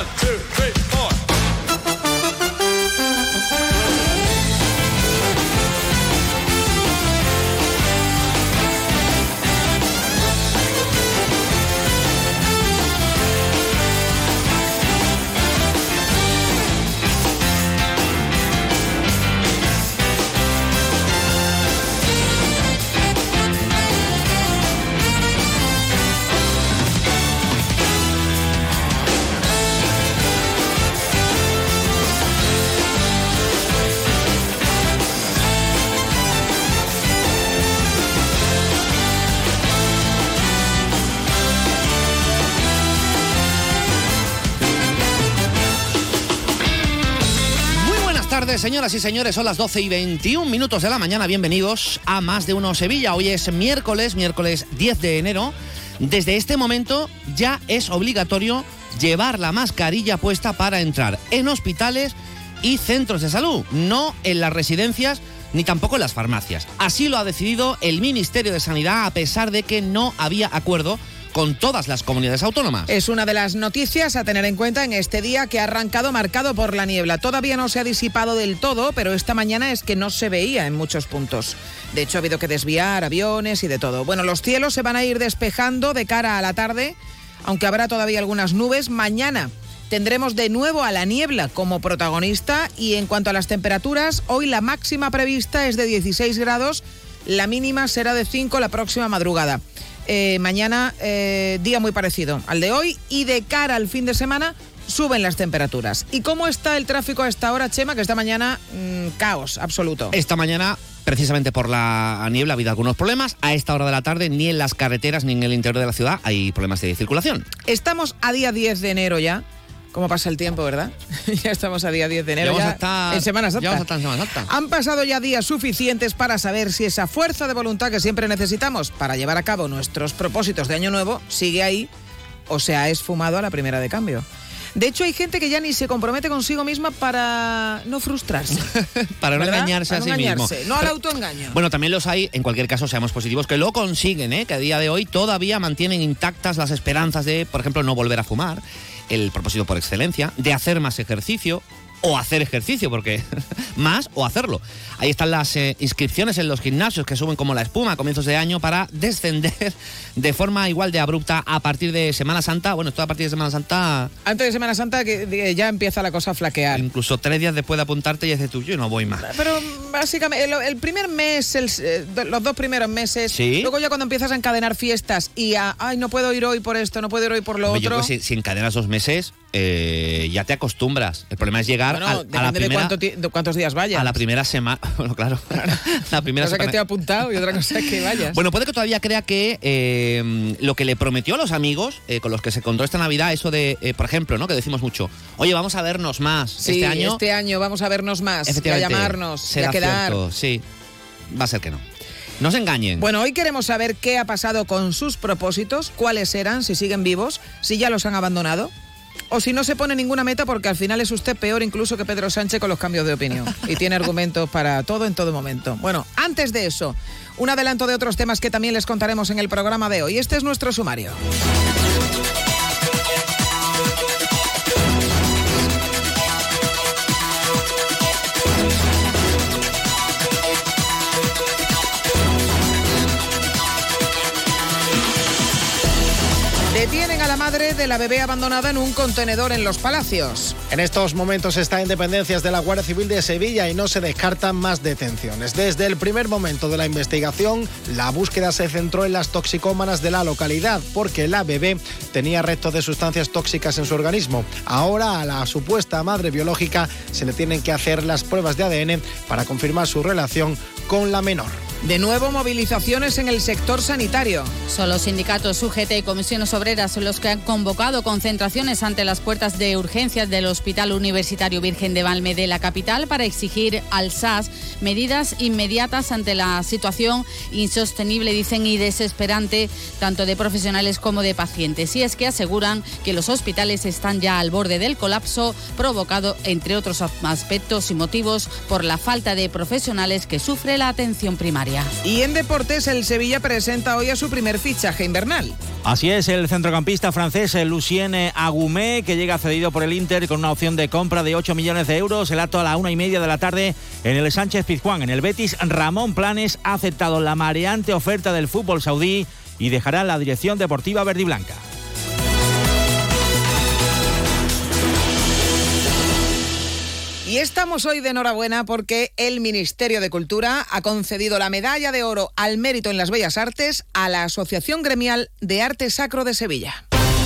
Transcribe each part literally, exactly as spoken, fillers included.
two, three, four. Señoras y señores, son las doce y veintiún minutos de la mañana. Bienvenidos a Más de Uno Sevilla. Hoy es miércoles, miércoles diez de enero. Desde este momento ya es obligatorio llevar la mascarilla puesta para entrar en hospitales y centros de salud, no en las residencias ni tampoco en las farmacias. Así lo ha decidido el Ministerio de Sanidad, a pesar de que no había acuerdo con todas las comunidades autónomas. Es una de las noticias a tener en cuenta en este día que ha arrancado marcado por la niebla. Todavía no se ha disipado del todo, pero esta mañana es que no se veía en muchos puntos. De hecho, ha habido que desviar aviones y de todo. Bueno, los cielos se van a ir despejando de cara a la tarde, aunque habrá todavía algunas nubes. Mañana tendremos de nuevo a la niebla como protagonista y en cuanto a las temperaturas, hoy la máxima prevista es de dieciséis grados, la mínima será de cinco la próxima madrugada. Eh, mañana eh, día muy parecido al de hoy y de cara al fin de semana suben las temperaturas. ¿Y cómo está el tráfico a esta hora, Chema? Que esta mañana mmm, caos absoluto. Esta mañana, precisamente por la niebla, ha habido algunos problemas. A esta hora de la tarde, ni en las carreteras ni en el interior de la ciudad hay problemas de circulación. Estamos a día diez de enero ya. ¿Cómo pasa el tiempo, verdad? Ya estamos a día diez de enero, ya hasta, en Semana Santa. Ya vamos a estar en Semana Santa. Han pasado ya días suficientes para saber si esa fuerza de voluntad que siempre necesitamos para llevar a cabo nuestros propósitos de Año Nuevo sigue ahí o se ha esfumado a la primera de cambio. De hecho, hay gente que ya ni se compromete consigo misma para no frustrarse. Para no ¿verdad? engañarse para a sí no engañarse, mismo. No al Pero, autoengaño. Bueno, también los hay, en cualquier caso, seamos positivos, que lo consiguen, ¿eh? Que a día de hoy todavía mantienen intactas las esperanzas de, por ejemplo, no volver a fumar, el propósito por excelencia, de hacer más ejercicio o hacer ejercicio, porque más o hacerlo. Ahí están las eh, inscripciones en los gimnasios que suben como la espuma a comienzos de año para descender de forma igual de abrupta a partir de Semana Santa. Bueno, esto a partir de Semana Santa... Antes de Semana Santa que ya empieza la cosa a flaquear. Incluso tres días después de apuntarte y dices tú, yo no voy más. Pero básicamente el, el primer mes, el, los dos primeros meses, ¿sí? Luego ya cuando empiezas a encadenar fiestas y a, ay, no puedo ir hoy por esto, no puedo ir hoy por lo Hombre, otro... Yo creo que si, si encadenas dos meses, eh, ya te acostumbras. El problema es llegar bueno, a, a la primera... de, cuánto, de cuántos días vayas. A la primera semana... Bueno, claro. La primera cosa semana... que te he apuntado y otra cosa que vayas. Bueno, puede que todavía crea que eh, lo que le prometió a los amigos eh, con los que se encontró esta Navidad, eso de, eh, por ejemplo, ¿no? Que decimos mucho, oye, vamos a vernos más sí, este año. este año vamos a vernos más, y a llamarnos, y a quedar. Cierto, sí, va a ser que no. No se engañen. Bueno, hoy queremos saber qué ha pasado con sus propósitos, cuáles eran, si siguen vivos, si ya los han abandonado, o si no se pone ninguna meta, porque al final es usted peor incluso que Pedro Sánchez con los cambios de opinión. Y tiene argumentos para todo en todo momento. Bueno, antes de eso, un adelanto de otros temas que también les contaremos en el programa de hoy. Este es nuestro sumario. Detienen a la madre de la bebé abandonada en un contenedor en Los Palacios. En estos momentos está en dependencias de la Guardia Civil de Sevilla y no se descartan más detenciones. Desde el primer momento de la investigación, la búsqueda se centró en las toxicómanas de la localidad, porque la bebé tenía restos de sustancias tóxicas en su organismo. Ahora a la supuesta madre biológica se le tienen que hacer las pruebas de A D N para confirmar su relación con la menor. De nuevo, movilizaciones en el sector sanitario. Son los sindicatos U G T y comisiones obreras los que han convocado concentraciones ante las puertas de urgencias del Hospital Universitario Virgen de Valme de la capital para exigir al S A S medidas inmediatas ante la situación insostenible, dicen, y desesperante, tanto de profesionales como de pacientes. Y es que aseguran que los hospitales están ya al borde del colapso, provocado, entre otros aspectos y motivos, por la falta de profesionales que sufre la atención primaria. Canaria. Y en deportes, el Sevilla presenta hoy a su primer fichaje invernal. Así es, el centrocampista francés Lucien Agumé, que llega cedido por el Inter con una opción de compra de ocho millones de euros. El acto a la una y media de la tarde en el Sánchez Pizjuán. En el Betis, Ramón Planes ha aceptado la mareante oferta del fútbol saudí y dejará la dirección deportiva verdiblanca. Y estamos hoy de enhorabuena porque el Ministerio de Cultura ha concedido la medalla de oro al mérito en las bellas artes a la Asociación Gremial de Arte Sacro de Sevilla.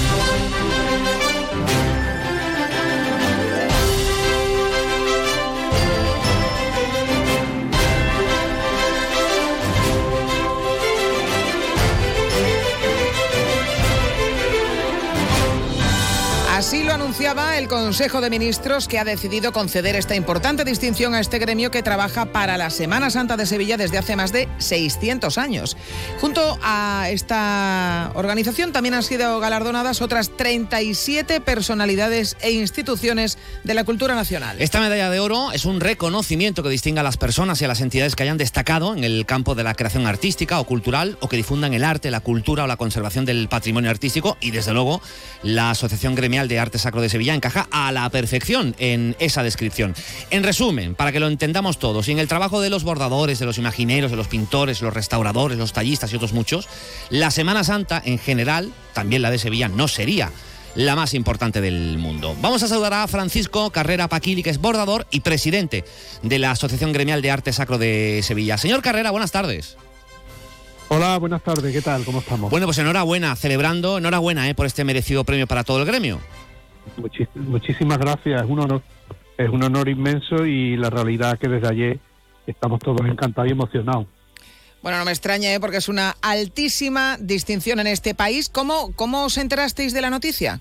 Así lo anunciaba el Consejo de Ministros, que ha decidido conceder esta importante distinción a este gremio que trabaja para la Semana Santa de Sevilla desde hace más de seiscientos años. Junto a esta organización también han sido galardonadas otras treinta y siete personalidades e instituciones de la cultura nacional. Esta medalla de oro es un reconocimiento que distingue a las personas y a las entidades que hayan destacado en el campo de la creación artística o cultural o que difundan el arte, la cultura o la conservación del patrimonio artístico, y desde luego la Asociación Gremial de Arte Sacro de Sevilla encaja a la perfección en esa descripción. En resumen, para que lo entendamos todos, sin el trabajo de los bordadores, de los imagineros, de los pintores, los restauradores, los tallistas y otros muchos, la Semana Santa en general, también la de Sevilla, no sería la más importante del mundo. Vamos a saludar a Francisco Carrera Paquili, que es bordador y presidente de la Asociación Gremial de Arte Sacro de Sevilla. Señor Carrera, buenas tardes. Hola, buenas tardes, ¿qué tal? ¿Cómo estamos? Bueno, pues enhorabuena, celebrando, enhorabuena eh, por este merecido premio para todo el gremio. Muchis- muchísimas gracias, es un honor, es un honor inmenso, y la realidad es que desde ayer estamos todos encantados y emocionados. Bueno, no me extraña, ¿eh? Porque es una altísima distinción en este país. ¿Cómo, cómo os enterasteis de la noticia?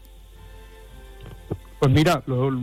Pues mira, lo-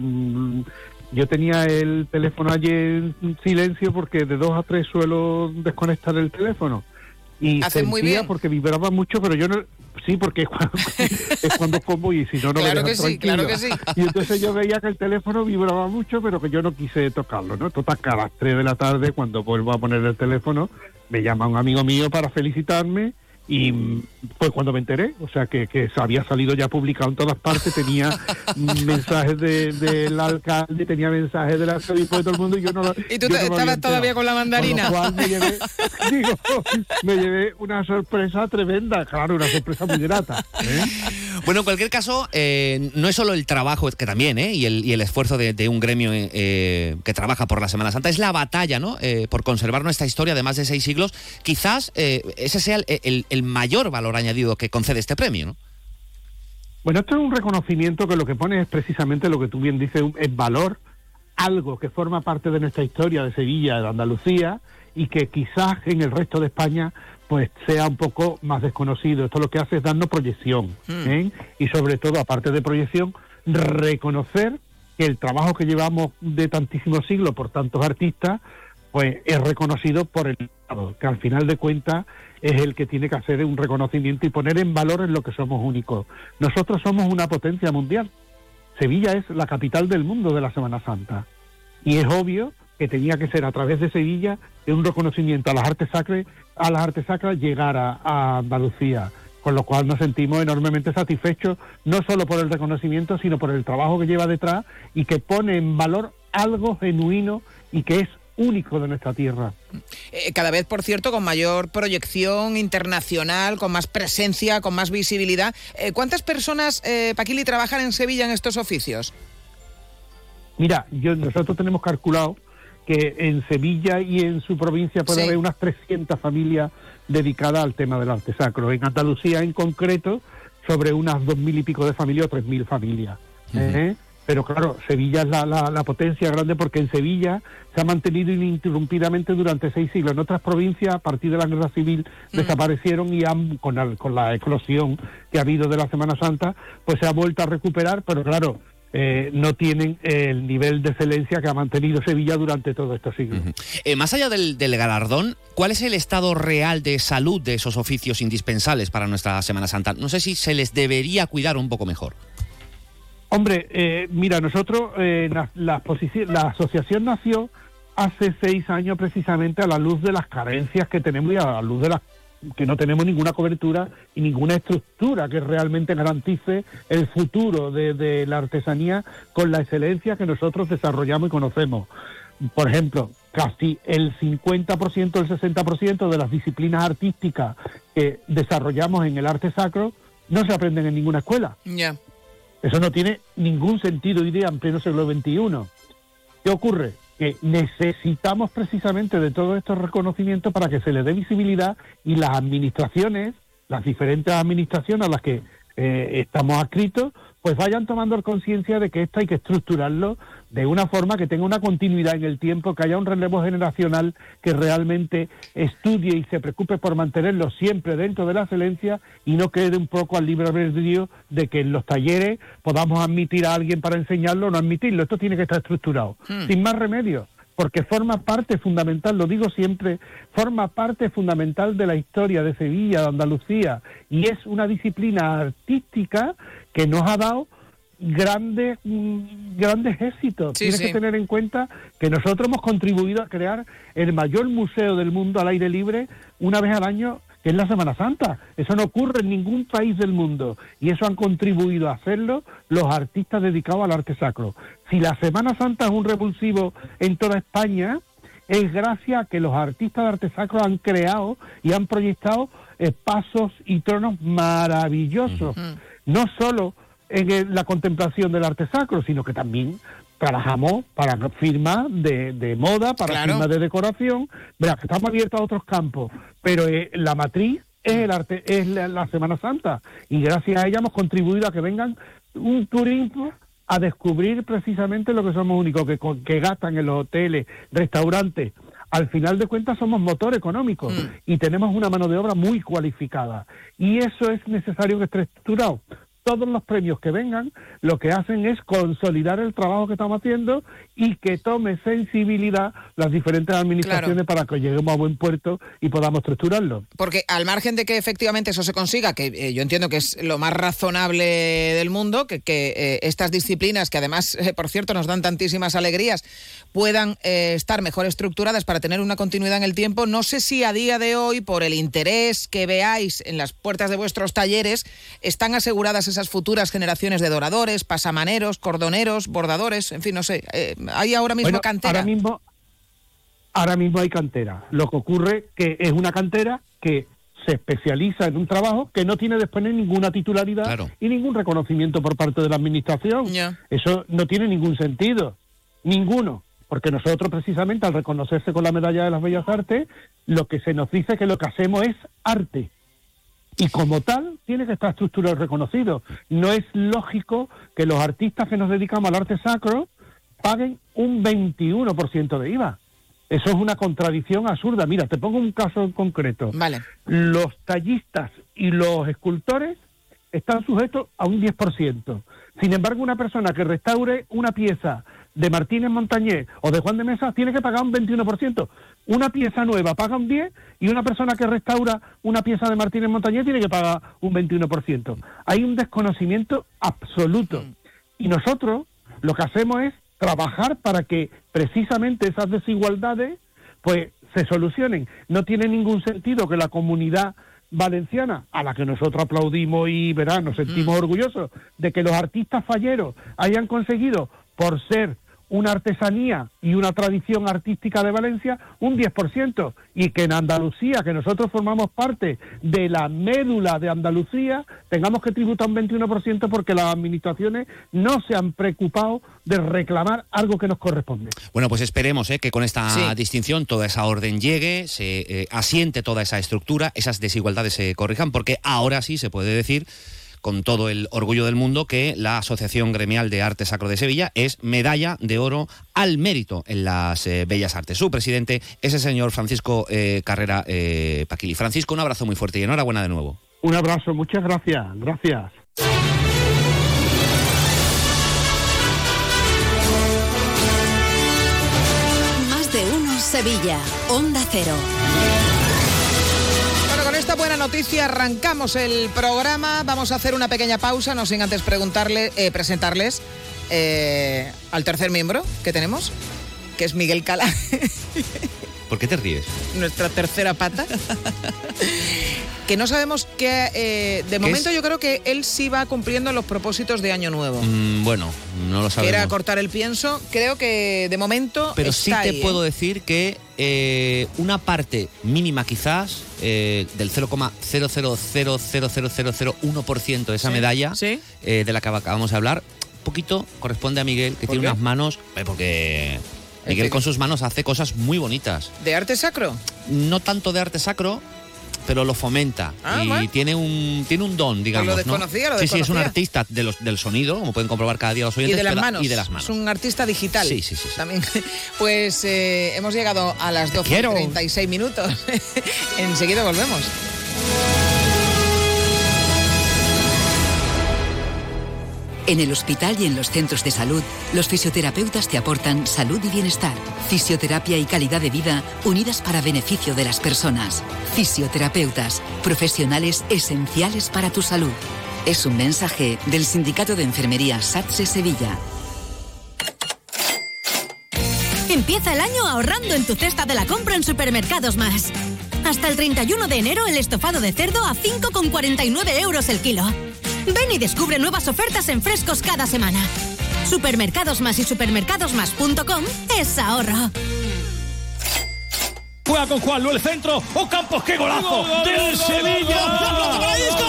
yo tenía el teléfono ayer en silencio porque de dos a tres suelo desconectar el teléfono. Y Hacen muy sentía bien. porque vibraba mucho, pero yo no... Sí, porque es cuando, es cuando como y si no, no Claro me que dejan sí, tranquilo. claro que sí. Y entonces yo veía que el teléfono vibraba mucho, pero que yo no quise tocarlo, ¿no? Total, que a las tres de la tarde, cuando vuelvo a poner el teléfono, me llama un amigo mío para felicitarme, y pues cuando me enteré, o sea, que, que se había salido ya publicado en todas partes, tenía mensajes de, del alcalde, tenía mensajes del arzobispo de todo el mundo, y yo no lo Y tú yo te- no me había estabas enterado. todavía con la mandarina. Con lo cual me llevé, digo, me llevé una sorpresa tremenda, claro, una sorpresa muy grata, ¿eh? Bueno, en cualquier caso, eh, no es solo el trabajo, que también, ¿eh? y, el, y el esfuerzo de, de un gremio eh, que trabaja por la Semana Santa, es la batalla, ¿no? Eh, por conservar nuestra historia de más de seis siglos. Quizás eh, ese sea el, el, el mayor valor añadido que concede este premio, ¿no? Bueno, esto es un reconocimiento que lo que pone es precisamente lo que tú bien dices, un- es valor, algo que forma parte de nuestra historia de Sevilla, de Andalucía, y que quizás en el resto de España pues sea un poco más desconocido. Esto lo que hace es darnos proyección, ¿eh? Y sobre todo, aparte de proyección, reconocer que el trabajo que llevamos de tantísimos siglos por tantos artistas pues es reconocido por el Estado, que al final de cuentas es el que tiene que hacer un reconocimiento y poner en valor en lo que somos únicos. Nosotros somos una potencia mundial. Sevilla es la capital del mundo de la Semana Santa. Y es obvio que tenía que ser a través de Sevilla que un reconocimiento a las artes sacras, a las artes sacras llegara a Andalucía. Con lo cual nos sentimos enormemente satisfechos, no solo por el reconocimiento, sino por el trabajo que lleva detrás y que pone en valor algo genuino y que es único de nuestra tierra. Eh, cada vez, por cierto, con mayor proyección internacional, con más presencia, con más visibilidad. Eh, ¿Cuántas personas, eh, Paquili, trabajan en Sevilla en estos oficios? Mira, yo nosotros tenemos calculado que en Sevilla y en su provincia puede Sí. haber unas trescientas familias dedicadas al tema del arte sacro. En Andalucía, en concreto, sobre unas dos mil y pico de familias o tres mil familias. ¿eh? Pero claro, Sevilla es la, la, la potencia grande porque en Sevilla se ha mantenido ininterrumpidamente durante seis siglos. En otras provincias, a partir de la Guerra Civil, mm. desaparecieron y han, con, la, con la eclosión que ha habido de la Semana Santa, pues se ha vuelto a recuperar, pero claro, Eh, no tienen el nivel de excelencia que ha mantenido Sevilla durante todos estos siglos. Uh-huh. Eh, más allá del, del galardón, ¿cuál es el estado real de salud de esos oficios indispensables para nuestra Semana Santa? No sé si se les debería cuidar un poco mejor. Hombre, eh, mira, nosotros, eh, la, la, posici- la asociación nació hace seis años precisamente a la luz de las carencias que tenemos y a la luz de las que no tenemos ninguna cobertura y ninguna estructura que realmente garantice el futuro de, de la artesanía con la excelencia que nosotros desarrollamos y conocemos. Por ejemplo, casi el cincuenta por ciento, el sesenta por ciento de las disciplinas artísticas que desarrollamos en el arte sacro no se aprenden en ninguna escuela. Ya. Yeah. Eso no tiene ningún sentido hoy día en pleno siglo veintiuno. ¿Qué ocurre? Que necesitamos precisamente de todos estos reconocimientos para que se les dé visibilidad y las administraciones, las diferentes administraciones a las que eh, estamos adscritos, pues vayan tomando conciencia de que esto hay que estructurarlo de una forma que tenga una continuidad en el tiempo, que haya un relevo generacional que realmente estudie y se preocupe por mantenerlo siempre dentro de la excelencia y no quede un poco al libre albedrío de que en los talleres podamos admitir a alguien para enseñarlo o no admitirlo. Esto tiene que estar estructurado, hmm. sin más remedio, porque forma parte fundamental, lo digo siempre, forma parte fundamental de la historia de Sevilla, de Andalucía, y es una disciplina artística que nos ha dado grandes grandes éxitos. Sí, Tienes sí. que tener en cuenta que nosotros hemos contribuido a crear el mayor museo del mundo al aire libre una vez al año, que es la Semana Santa. Eso no ocurre en ningún país del mundo y eso han contribuido a hacerlo los artistas dedicados al arte sacro. Si la Semana Santa es un revulsivo en toda España, es gracias a que los artistas de arte sacro han creado y han proyectado eh, pasos y tronos maravillosos. Uh-huh. No solo en el, la contemplación del arte sacro, sino que también trabajamos para firmas de, de moda, para claro. firmas de decoración. Verá, que estamos abiertos a otros campos, pero eh, la matriz es el arte, es la, la Semana Santa, y gracias a ella hemos contribuido a que vengan un turismo a descubrir precisamente lo que somos únicos, que, que gastan en los hoteles, restaurantes. Al final de cuentas somos motor económico mm. y tenemos una mano de obra muy cualificada, y eso es necesario que esté estructurado. Todos los premios que vengan lo que hacen es consolidar el trabajo que estamos haciendo y que tome sensibilidad las diferentes administraciones, claro, para que lleguemos a buen puerto y podamos estructurarlo. Porque al margen de que efectivamente eso se consiga, que eh, yo entiendo que es lo más razonable del mundo, que, que eh, estas disciplinas, que además, eh, por cierto, nos dan tantísimas alegrías, puedan eh, estar mejor estructuradas para tener una continuidad en el tiempo, no sé si a día de hoy, por el interés que veáis en las puertas de vuestros talleres, están aseguradas esas futuras generaciones de doradores, pasamaneros, cordoneros, bordadores, en fin, no sé. Eh, ¿Hay ahora mismo bueno, cantera? Ahora mismo, ahora mismo hay cantera. Lo que ocurre que es una cantera que se especializa en un trabajo que no tiene después ninguna titularidad, claro, y ningún reconocimiento por parte de la administración. Yeah. Eso no tiene ningún sentido, ninguno. Porque nosotros, precisamente, al reconocerse con la Medalla de las Bellas Artes, lo que se nos dice es que lo que hacemos es arte. Y como tal, tiene que estar estructurado y reconocido. No es lógico que los artistas que nos dedicamos al arte sacro paguen un veintiuno por ciento de I V A. Eso es una contradicción absurda. Mira, te pongo un caso en concreto. Vale. Los tallistas y los escultores están sujetos a un diez por ciento. Sin embargo, una persona que restaure una pieza de Martínez Montañés o de Juan de Mesa tiene que pagar un veintiuno por ciento. Una pieza nueva paga un diez por ciento y una persona que restaura una pieza de Martínez Montañés tiene que pagar un veintiuno por ciento. Hay un desconocimiento absoluto. Y nosotros lo que hacemos es trabajar para que precisamente esas desigualdades pues se solucionen. No tiene ningún sentido que la comunidad valenciana, a la que nosotros aplaudimos y verá, nos sentimos mm. orgullosos de que los artistas falleros hayan conseguido, por ser una artesanía y una tradición artística de Valencia, un diez por ciento, y que en Andalucía, que nosotros formamos parte de la médula de Andalucía, tengamos que tributar un veintiuno por ciento porque las administraciones no se han preocupado de reclamar algo que nos corresponde. Bueno, pues esperemos eh, que con esta sí. distinción toda esa orden llegue, se eh, asiente toda esa estructura, esas desigualdades se corrijan, porque ahora sí se puede decir con todo el orgullo del mundo que la Asociación Gremial de Arte Sacro de Sevilla es medalla de oro al mérito en las eh, Bellas Artes. Su presidente es el señor Francisco eh, Carrera eh, Paquili. Francisco, un abrazo muy fuerte y enhorabuena de nuevo. Un abrazo, muchas gracias, gracias. Más de uno Sevilla, Onda Cero. Con esta buena noticia arrancamos el programa. Vamos a hacer una pequeña pausa, no sin antes preguntarle, eh, presentarles eh, al tercer miembro que tenemos. que es Miguel Calá. ¿Por qué te ríes? Nuestra tercera pata. Que no sabemos qué... Eh, de momento es? yo creo que él sí va cumpliendo los propósitos de Año Nuevo. Mm, bueno, no lo sabemos. Que era cortar el pienso. Creo que de momento Pero está sí te ahí, puedo ¿eh? decir que eh, una parte mínima quizás eh, del cero coma cero cero cero cero cero cero cero uno por ciento de esa ¿Sí? medalla ¿Sí? eh, de la que acabamos de hablar, poquito corresponde a Miguel, que ¿Por tiene qué? unas manos... eh, porque Miguel que- con sus manos hace cosas muy bonitas. ¿De arte sacro? No tanto de arte sacro, pero lo fomenta. Ah, y bueno. tiene un tiene un don, digamos. lo ¿no? desconocía, lo Sí, sí, es un desconocía. artista de los, del sonido, como pueden comprobar cada día los Y oyentes. de las pero- manos. Y de las manos. Es un artista digital. Sí, sí, sí, sí. También. Pues eh, hemos llegado a las doce y quiero. treinta y seis minutos. Enseguida volvemos. En el hospital y en los centros de salud, los fisioterapeutas te aportan salud y bienestar, fisioterapia y calidad de vida unidas para beneficio de las personas. Fisioterapeutas, profesionales esenciales para tu salud. Es un mensaje del Sindicato de Enfermería SATSE Sevilla. Empieza el año ahorrando en tu cesta de la compra en Supermercados Más. Hasta el treinta y uno de enero el estofado de cerdo a cinco con cuarenta y nueve euros el kilo. Ven y descubre nuevas ofertas en frescos cada semana. Supermercados Más y supermercados más punto com es ahorro. Juega con Juanlu el centro. ¡Oh, Campos, qué golazo! ¡Del Sevilla!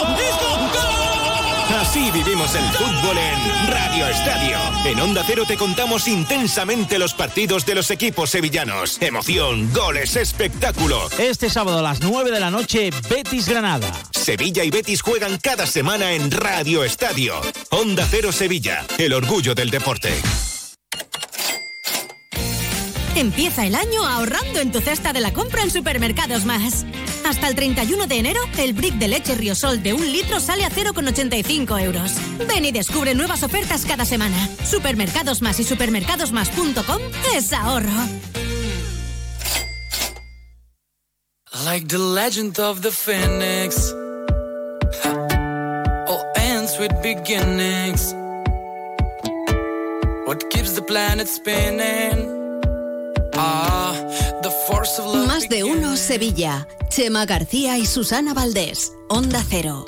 Así vivimos el fútbol en Radio Estadio. En Onda Cero te contamos intensamente los partidos de los equipos sevillanos. Emoción, goles, espectáculo. Este sábado a las nueve de la noche, Betis-Granada. Sevilla y Betis juegan cada semana en Radio Estadio. Onda Cero Sevilla, el orgullo del deporte. Empieza el año ahorrando en tu cesta de la compra en Supermercados Más. Hasta el treinta y uno de enero, el brick de leche Riosol de un litro sale a cero con ochenta y cinco euros. Ven y descubre nuevas ofertas cada semana. Supermercados Más y supermercados más punto com es ahorro. Like the legend of the phoenix, all ends with beginnings. What keeps the planet spinning? Ah, the force of love. Más de uno Sevilla. Chema García y Susana Valdés. Onda Cero.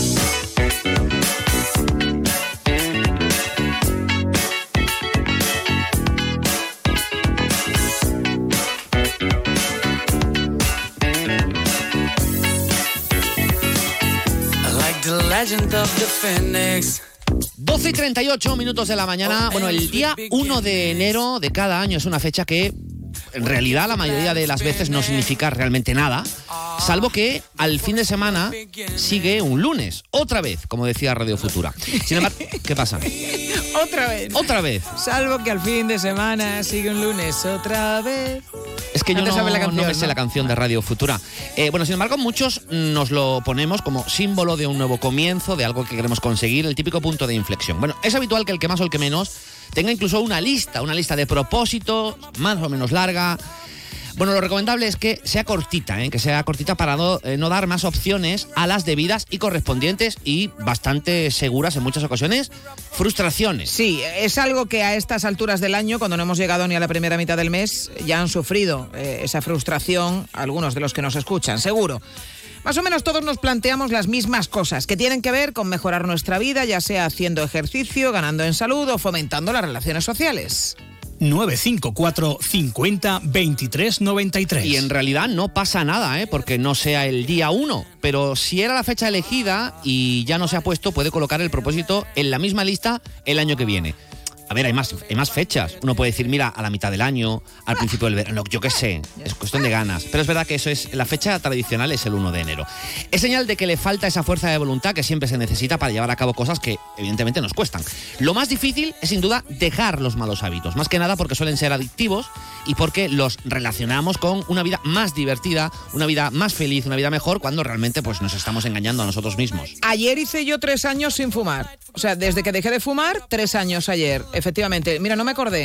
Like the legend of the phoenix. doce y treinta y ocho minutos de la mañana. Bueno, el día uno de enero de cada año es una fecha que en realidad la mayoría de las veces no significa realmente nada, salvo que al fin de semana sigue un lunes, otra vez, como decía Radio Futura. Sin embargo, ¿qué pasa? Otra vez. Otra vez. Salvo que al fin de semana sigue un lunes otra vez. Es que yo No te no, sabes la no canción, me sé ¿no? la canción de Radio Futura. Eh, bueno, sin embargo, muchos nos lo ponemos como símbolo de un nuevo comienzo, de algo que queremos conseguir, el típico punto de inflexión. Bueno, es habitual que el que más o el que menos tenga incluso una lista, una lista de propósitos, más o menos larga. Bueno, lo recomendable es que sea cortita, ¿eh? que sea cortita para no, eh, no dar más opciones a las debidas y correspondientes y bastante seguras en muchas ocasiones frustraciones. Sí, es algo que a estas alturas del año, cuando no hemos llegado ni a la primera mitad del mes, ya han sufrido eh, esa frustración algunos de los que nos escuchan, seguro. Más o menos todos nos planteamos las mismas cosas que tienen que ver con mejorar nuestra vida, ya sea haciendo ejercicio, ganando en salud o fomentando las relaciones sociales. nueve cinco cuatro cincuenta veintitrés noventa y tres. Y en realidad no pasa nada, ¿eh? porque no sea el día uno. Pero si era la fecha elegida y ya no se ha puesto, puede colocar el propósito en la misma lista el año que viene. A ver, hay más, hay más fechas. Uno puede decir, mira, a la mitad del año, al principio del verano, yo qué sé, es cuestión de ganas. Pero es verdad que eso es, la fecha tradicional es el uno de enero. Es señal de que le falta esa fuerza de voluntad que siempre se necesita para llevar a cabo cosas que evidentemente nos cuestan. Lo más difícil es sin duda dejar los malos hábitos, más que nada porque suelen ser adictivos y porque los relacionamos con una vida más divertida, una vida más feliz, una vida mejor, cuando realmente pues nos estamos engañando a nosotros mismos. Ayer hice yo tres años sin fumar. O sea, desde que dejé de fumar, tres años ayer. Efectivamente. Mira, no me acordé.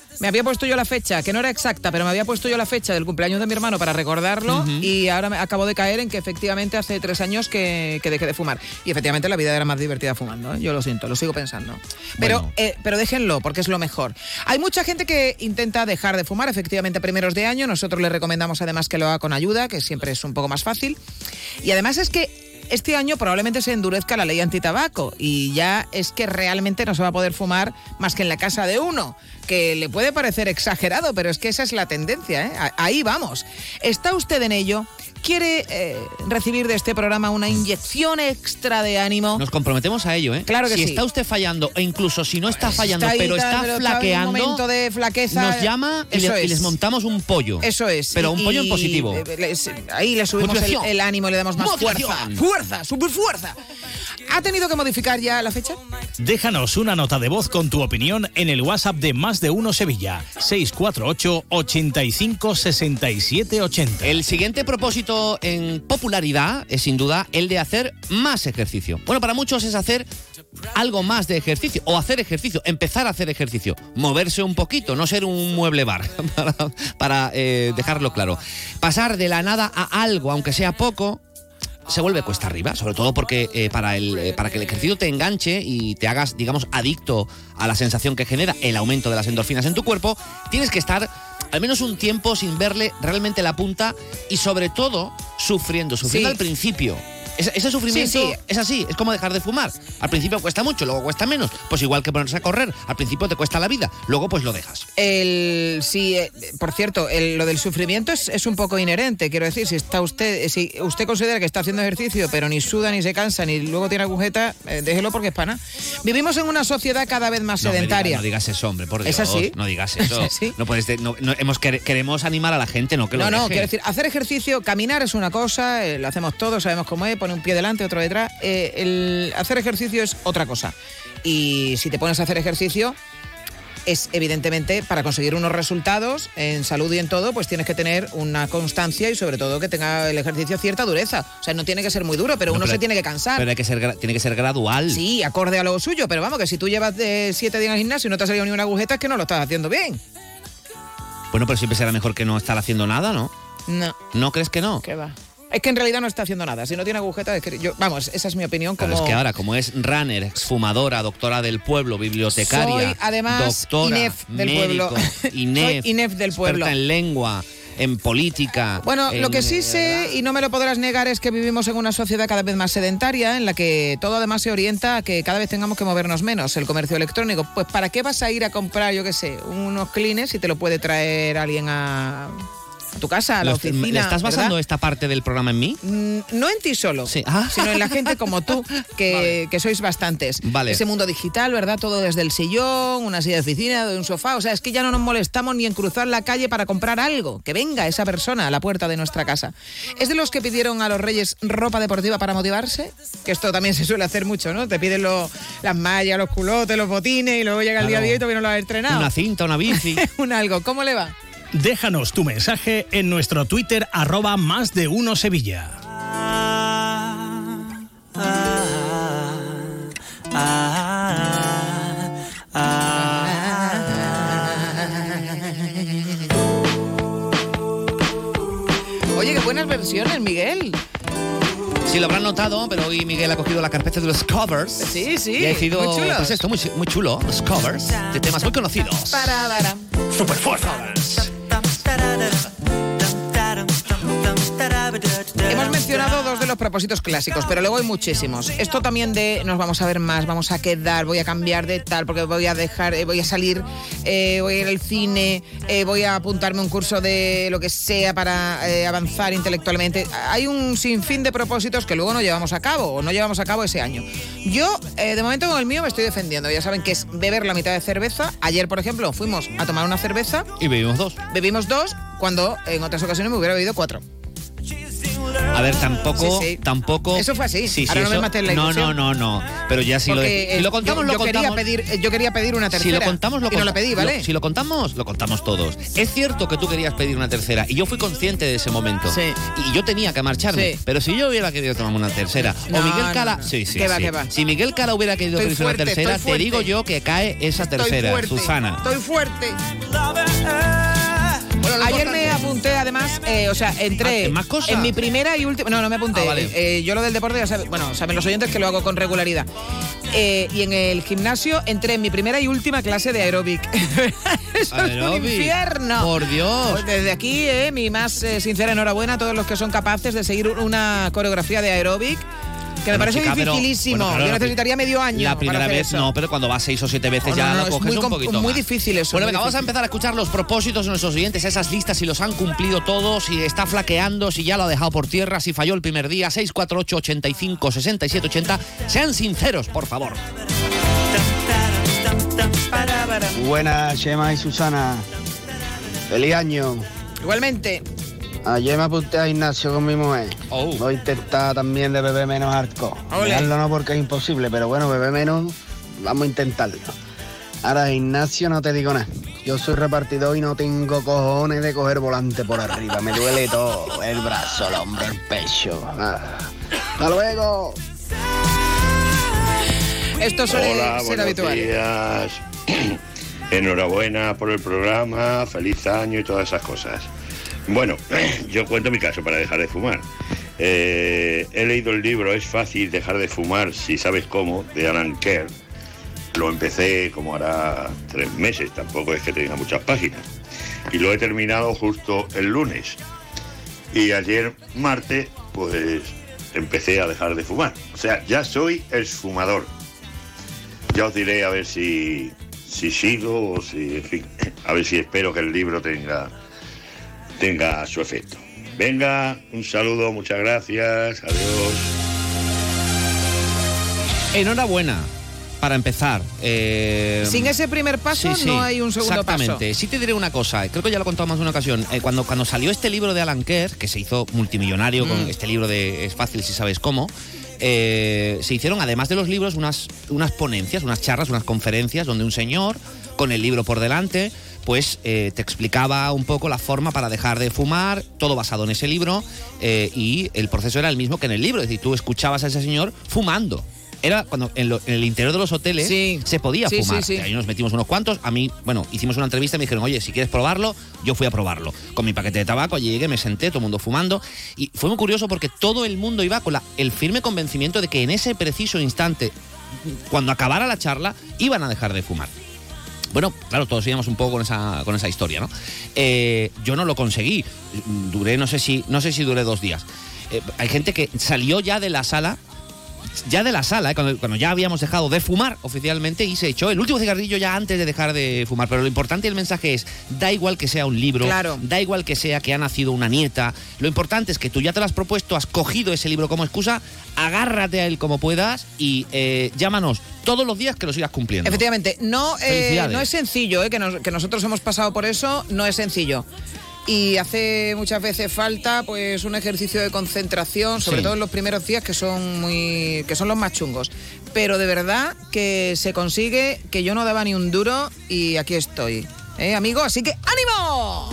Me había puesto yo la fecha, que no era exacta, pero me había puesto yo la fecha del cumpleaños de mi hermano para recordarlo uh-huh. y ahora me acabo de caer en que efectivamente hace tres años que, que dejé de fumar. Y efectivamente la vida era más divertida fumando, ¿eh? Yo lo siento, lo sigo pensando. Pero, bueno. eh, pero déjenlo, porque es lo mejor. Hay mucha gente que intenta dejar de fumar, efectivamente, a primeros de año. Nosotros les recomendamos además que lo haga con ayuda, que siempre es un poco más fácil. Y además es que este año probablemente se endurezca la ley antitabaco y ya es que realmente no se va a poder fumar más que en la casa de uno, que le puede parecer exagerado, pero es que esa es la tendencia, ¿eh? Ahí vamos. ¿Está usted en ello? ¿Quiere eh, recibir de este programa una inyección extra de ánimo? Nos comprometemos a ello, ¿eh? Claro que si sí. Si está usted fallando, e incluso si no está fallando, está pero tal, está pero flaqueando, está en un momento de flaqueza, nos llama y, le, y les montamos un pollo. Eso es. Pero y, un pollo y, en positivo. Les, ahí le subimos el, el ánimo y le damos más Motivación. fuerza. ¡Fuerza! ¡Súper fuerza! ¿Ha tenido que modificar ya la fecha? Déjanos una nota de voz con tu opinión en el WhatsApp de Más de Uno Sevilla, seis cuatro ocho, ochenta y cinco, sesenta y siete, ochenta. El siguiente propósito en popularidad es sin duda el de hacer más ejercicio. Bueno, para muchos es hacer algo más de ejercicio o hacer ejercicio, empezar a hacer ejercicio, moverse un poquito, no ser un mueble bar, para, para eh, dejarlo claro. Pasar de la nada a algo, aunque sea poco, se vuelve cuesta arriba, sobre todo porque eh, para, el, eh, para que el ejercicio te enganche y te hagas, digamos, adicto a la sensación que genera el aumento de las endorfinas en tu cuerpo, tienes que estar al menos un tiempo sin verle realmente la punta y sobre todo sufriendo, sufriendo sí. al principio. Ese, ese sufrimiento sí, sí. es así, es como dejar de fumar. Al principio cuesta mucho, luego cuesta menos. Pues igual que ponerse a correr, al principio te cuesta la vida, luego pues lo dejas. El sí, eh, por cierto, el, lo del sufrimiento es, es un poco inherente. Quiero decir, si está usted, si usted considera que está haciendo ejercicio, pero ni suda, ni se cansa, ni luego tiene agujeta, eh, déjelo porque es pana. Vivimos en una sociedad cada vez más no, sedentaria. Diga, no digas eso, hombre, por Dios. ¿Es así? No digas eso. ¿Es así? No puedes, no, no, hemos, queremos animar a la gente, no que lo No, no, deje. quiero decir, hacer ejercicio, caminar es una cosa, eh, lo hacemos todos, sabemos cómo es, pone un pie delante, otro detrás. Eh, el hacer ejercicio es otra cosa. Y si te pones a hacer ejercicio, es evidentemente para conseguir unos resultados en salud y en todo, pues tienes que tener una constancia y sobre todo que tenga el ejercicio cierta dureza. O sea, no tiene que ser muy duro, pero no, uno pero, se tiene que cansar. Pero hay que ser, tiene que ser gradual. Sí, acorde a lo suyo, pero vamos, que si tú llevas de siete días al gimnasio y no te ha salido ni una agujeta, es que no lo estás haciendo bien. Bueno, pero siempre será mejor que no estar haciendo nada, ¿no? No. ¿No crees que no? ¿Qué va? Es que en realidad no está haciendo nada. Si no tiene agujeta, es que yo, vamos, esa es mi opinión. Como... Claro, es que ahora, como es runner, exfumadora, doctora del pueblo, bibliotecaria, soy además doctora, I N E F del médico, pueblo. I N E F, soy I N E F del pueblo. experta en lengua, en política. Bueno, en, lo que sí sé, y no me lo podrás negar, es que vivimos en una sociedad cada vez más sedentaria, en la que todo además se orienta a que cada vez tengamos que movernos menos. El comercio electrónico, pues ¿para qué vas a ir a comprar, yo qué sé, unos clines si te lo puede traer alguien a... a tu casa, a la oficina? ¿Le estás basando ¿verdad? esta parte del programa en mí? Mm, no en ti solo, sí. ah. sino en la gente como tú, que, vale. que sois bastantes. Vale. Ese mundo digital, ¿verdad? Todo desde el sillón, una silla de oficina, de un sofá. O sea, es que ya no nos molestamos ni en cruzar la calle para comprar algo. Que venga esa persona a la puerta de nuestra casa. ¿Es de los que pidieron a los reyes ropa deportiva para motivarse? Que esto también se suele hacer mucho, ¿no? Te piden lo, las mallas, los culotes, los botines y luego llega el claro. día a día y todavía no lo has entrenado. Una cinta, una bici. un algo. ¿Cómo le va? Déjanos tu mensaje en nuestro Twitter, arroba más de uno Sevilla. Ah, ah, ah, ah. Oye, qué buenas versiones, Miguel. Sí, lo habrán notado, pero hoy Miguel ha cogido la carpeta de los covers. Sí, sí, y ha sido, muy chulos. Pues esto, muy, muy chulo, los covers de temas muy conocidos. Para, para. Super fuerzas. Hemos mencionado dos de los propósitos clásicos, pero luego hay muchísimos. Esto también de nos vamos a ver más, vamos a quedar, voy a cambiar de tal, porque voy a dejar, eh, voy a salir, eh, voy a ir al cine, eh, voy a apuntarme a un curso de lo que sea para eh, avanzar intelectualmente. Hay un sinfín de propósitos que luego no llevamos a cabo o no llevamos a cabo ese año. Yo, eh, de momento con el mío me estoy defendiendo. Ya saben que es beber la mitad de cerveza. Ayer, por ejemplo, fuimos a tomar una cerveza. Y bebimos dos. Bebimos dos, cuando en otras ocasiones me hubiera bebido cuatro. A ver, tampoco, Sí, sí. tampoco. Eso fue así. Sí, sí, Ahora no eso- me mates la No, ilusión. no, no, no. Pero ya si lo, Porque, de- si eh, lo contamos, yo, lo yo quería contamos. pedir, yo quería pedir una tercera. Si lo contamos, lo y no la cont- pedí, ¿vale? lo- si lo contamos, lo contamos todos. Es cierto que tú querías pedir una tercera y yo fui consciente de ese momento. Sí. Y yo tenía que marcharme. Sí. Pero si yo hubiera querido tomarme una tercera, No, o Miguel no, Cala. no. Sí, sí, ¿Qué va, sí. qué va? Si Miguel Cala hubiera querido Estoy pedirse una fuerte, tercera, estoy te fuerte. digo yo que cae esa Estoy tercera, fuerte, Susana. Estoy fuerte. Bueno, lo Ayer importante- me apunté, además, eh, o sea, entré Ah, ¿en más cosas? en mi primera y última. No, no me apunté. Ah, vale. Eh, yo lo del deporte, ya saben, bueno, saben los oyentes que lo hago con regularidad. Eh, y en el gimnasio entré en mi primera y última clase de aeróbic. Eso es un Aeróbic. infierno. Por Dios. Pues desde aquí, eh, mi más eh, sincera enhorabuena a todos los que son capaces de seguir una coreografía de aeróbic. Que me Bueno, parece chica, pero- dificilísimo. bueno, claro, Yo la pri- necesitaría medio año. La para primera hacer vez eso. no, pero cuando vas seis o siete veces No, ya no, no, lo es coges muy un com- poquito muy más. difícil eso, Bueno, muy venga, vamos a difícil. empezar a escuchar los propósitos de nuestros oyentes, esas listas, si los han cumplido todos, si está flaqueando, si ya lo ha dejado por tierra, si falló el primer día. Seis cuatro ocho, ochenta y cinco, sesenta y siete, ochenta. Sean sinceros, por favor. Buenas, Chema y Susana. Feliz año. Igualmente. Ayer me apunté a gimnasio con mi mujer. Oh. Voy a intentar también de beber menos hardcore. Ole. Dejarlo no porque es imposible, pero bueno, beber menos, vamos a intentarlo. Ahora, gimnasio no te digo nada. Yo soy repartidor y no tengo cojones de coger volante por arriba. Me duele todo, el brazo, el hombro, el pecho. Ah. ¡Hasta luego! Esto suele Hola, ser buenos habitual. días. Enhorabuena por el programa, feliz año y todas esas cosas. Bueno, yo cuento mi caso para dejar de fumar. Eh, he leído el libro Es fácil dejar de fumar si sabes cómo, de Alan Kerr. Lo empecé como hará tres meses, tampoco es que tenga muchas páginas. Y lo he terminado justo el lunes. Y ayer, martes, pues empecé a dejar de fumar. O sea, ya soy exfumador. Ya os diré a ver si, si sigo o si, en fin, a ver si espero que el libro tenga, tenga su efecto. Venga, un saludo, muchas gracias, adiós. Enhorabuena, para empezar. Eh, Sin ese primer paso sí, sí, no hay un segundo exactamente. paso. Sí te diré una cosa, creo que ya lo he contado más de una ocasión. Eh, cuando, cuando salió este libro de Alan Kerr, que se hizo multimillonario con Mm. este libro de Es fácil si sabes cómo, eh, se hicieron, además de los libros, unas, unas ponencias, unas charlas, unas conferencias, donde un señor, con el libro por delante, pues eh, te explicaba un poco la forma para dejar de fumar, todo basado en ese libro, eh, y el proceso era el mismo que en el libro, es decir, tú escuchabas a ese señor fumando. Era cuando en, lo- en el interior de los hoteles Sí. se podía Sí, fumar. sí, sí. Ahí nos metimos unos cuantos. A mí, bueno, hicimos una entrevista y me dijeron, oye, si quieres probarlo, yo fui a probarlo. Con mi paquete de tabaco, allí llegué, me senté, todo el mundo fumando. Y fue muy curioso porque todo el mundo iba con la- el firme convencimiento de que en ese preciso instante, cuando acabara la charla, iban a dejar de fumar. Bueno, claro, todos íbamos un poco con esa, con esa historia, ¿no? Eh, yo no lo conseguí. Duré, no sé si, no sé si duré dos días. Eh, hay gente que salió ya de la sala, ya de la sala, ¿eh? cuando, cuando ya habíamos dejado de fumar oficialmente, y se echó el último cigarrillo ya antes de dejar de fumar. Pero lo importante del mensaje es, da igual que sea un libro, Claro. da igual que sea que ha nacido una nieta, lo importante es que tú ya te lo has propuesto, has cogido ese libro como excusa, agárrate a él como puedas y eh, llámanos todos los días que lo sigas cumpliendo. Efectivamente, no, eh, Felicidades. no es sencillo, eh, que, nos- que nosotros hemos pasado por eso, no es sencillo. Y hace muchas veces falta pues un ejercicio de concentración, sobre Sí. todo en los primeros días que son muy que son los más chungos. Pero de verdad que se consigue, que yo no daba ni un duro y aquí estoy, ¿eh, amigo? Así que ¡ánimo!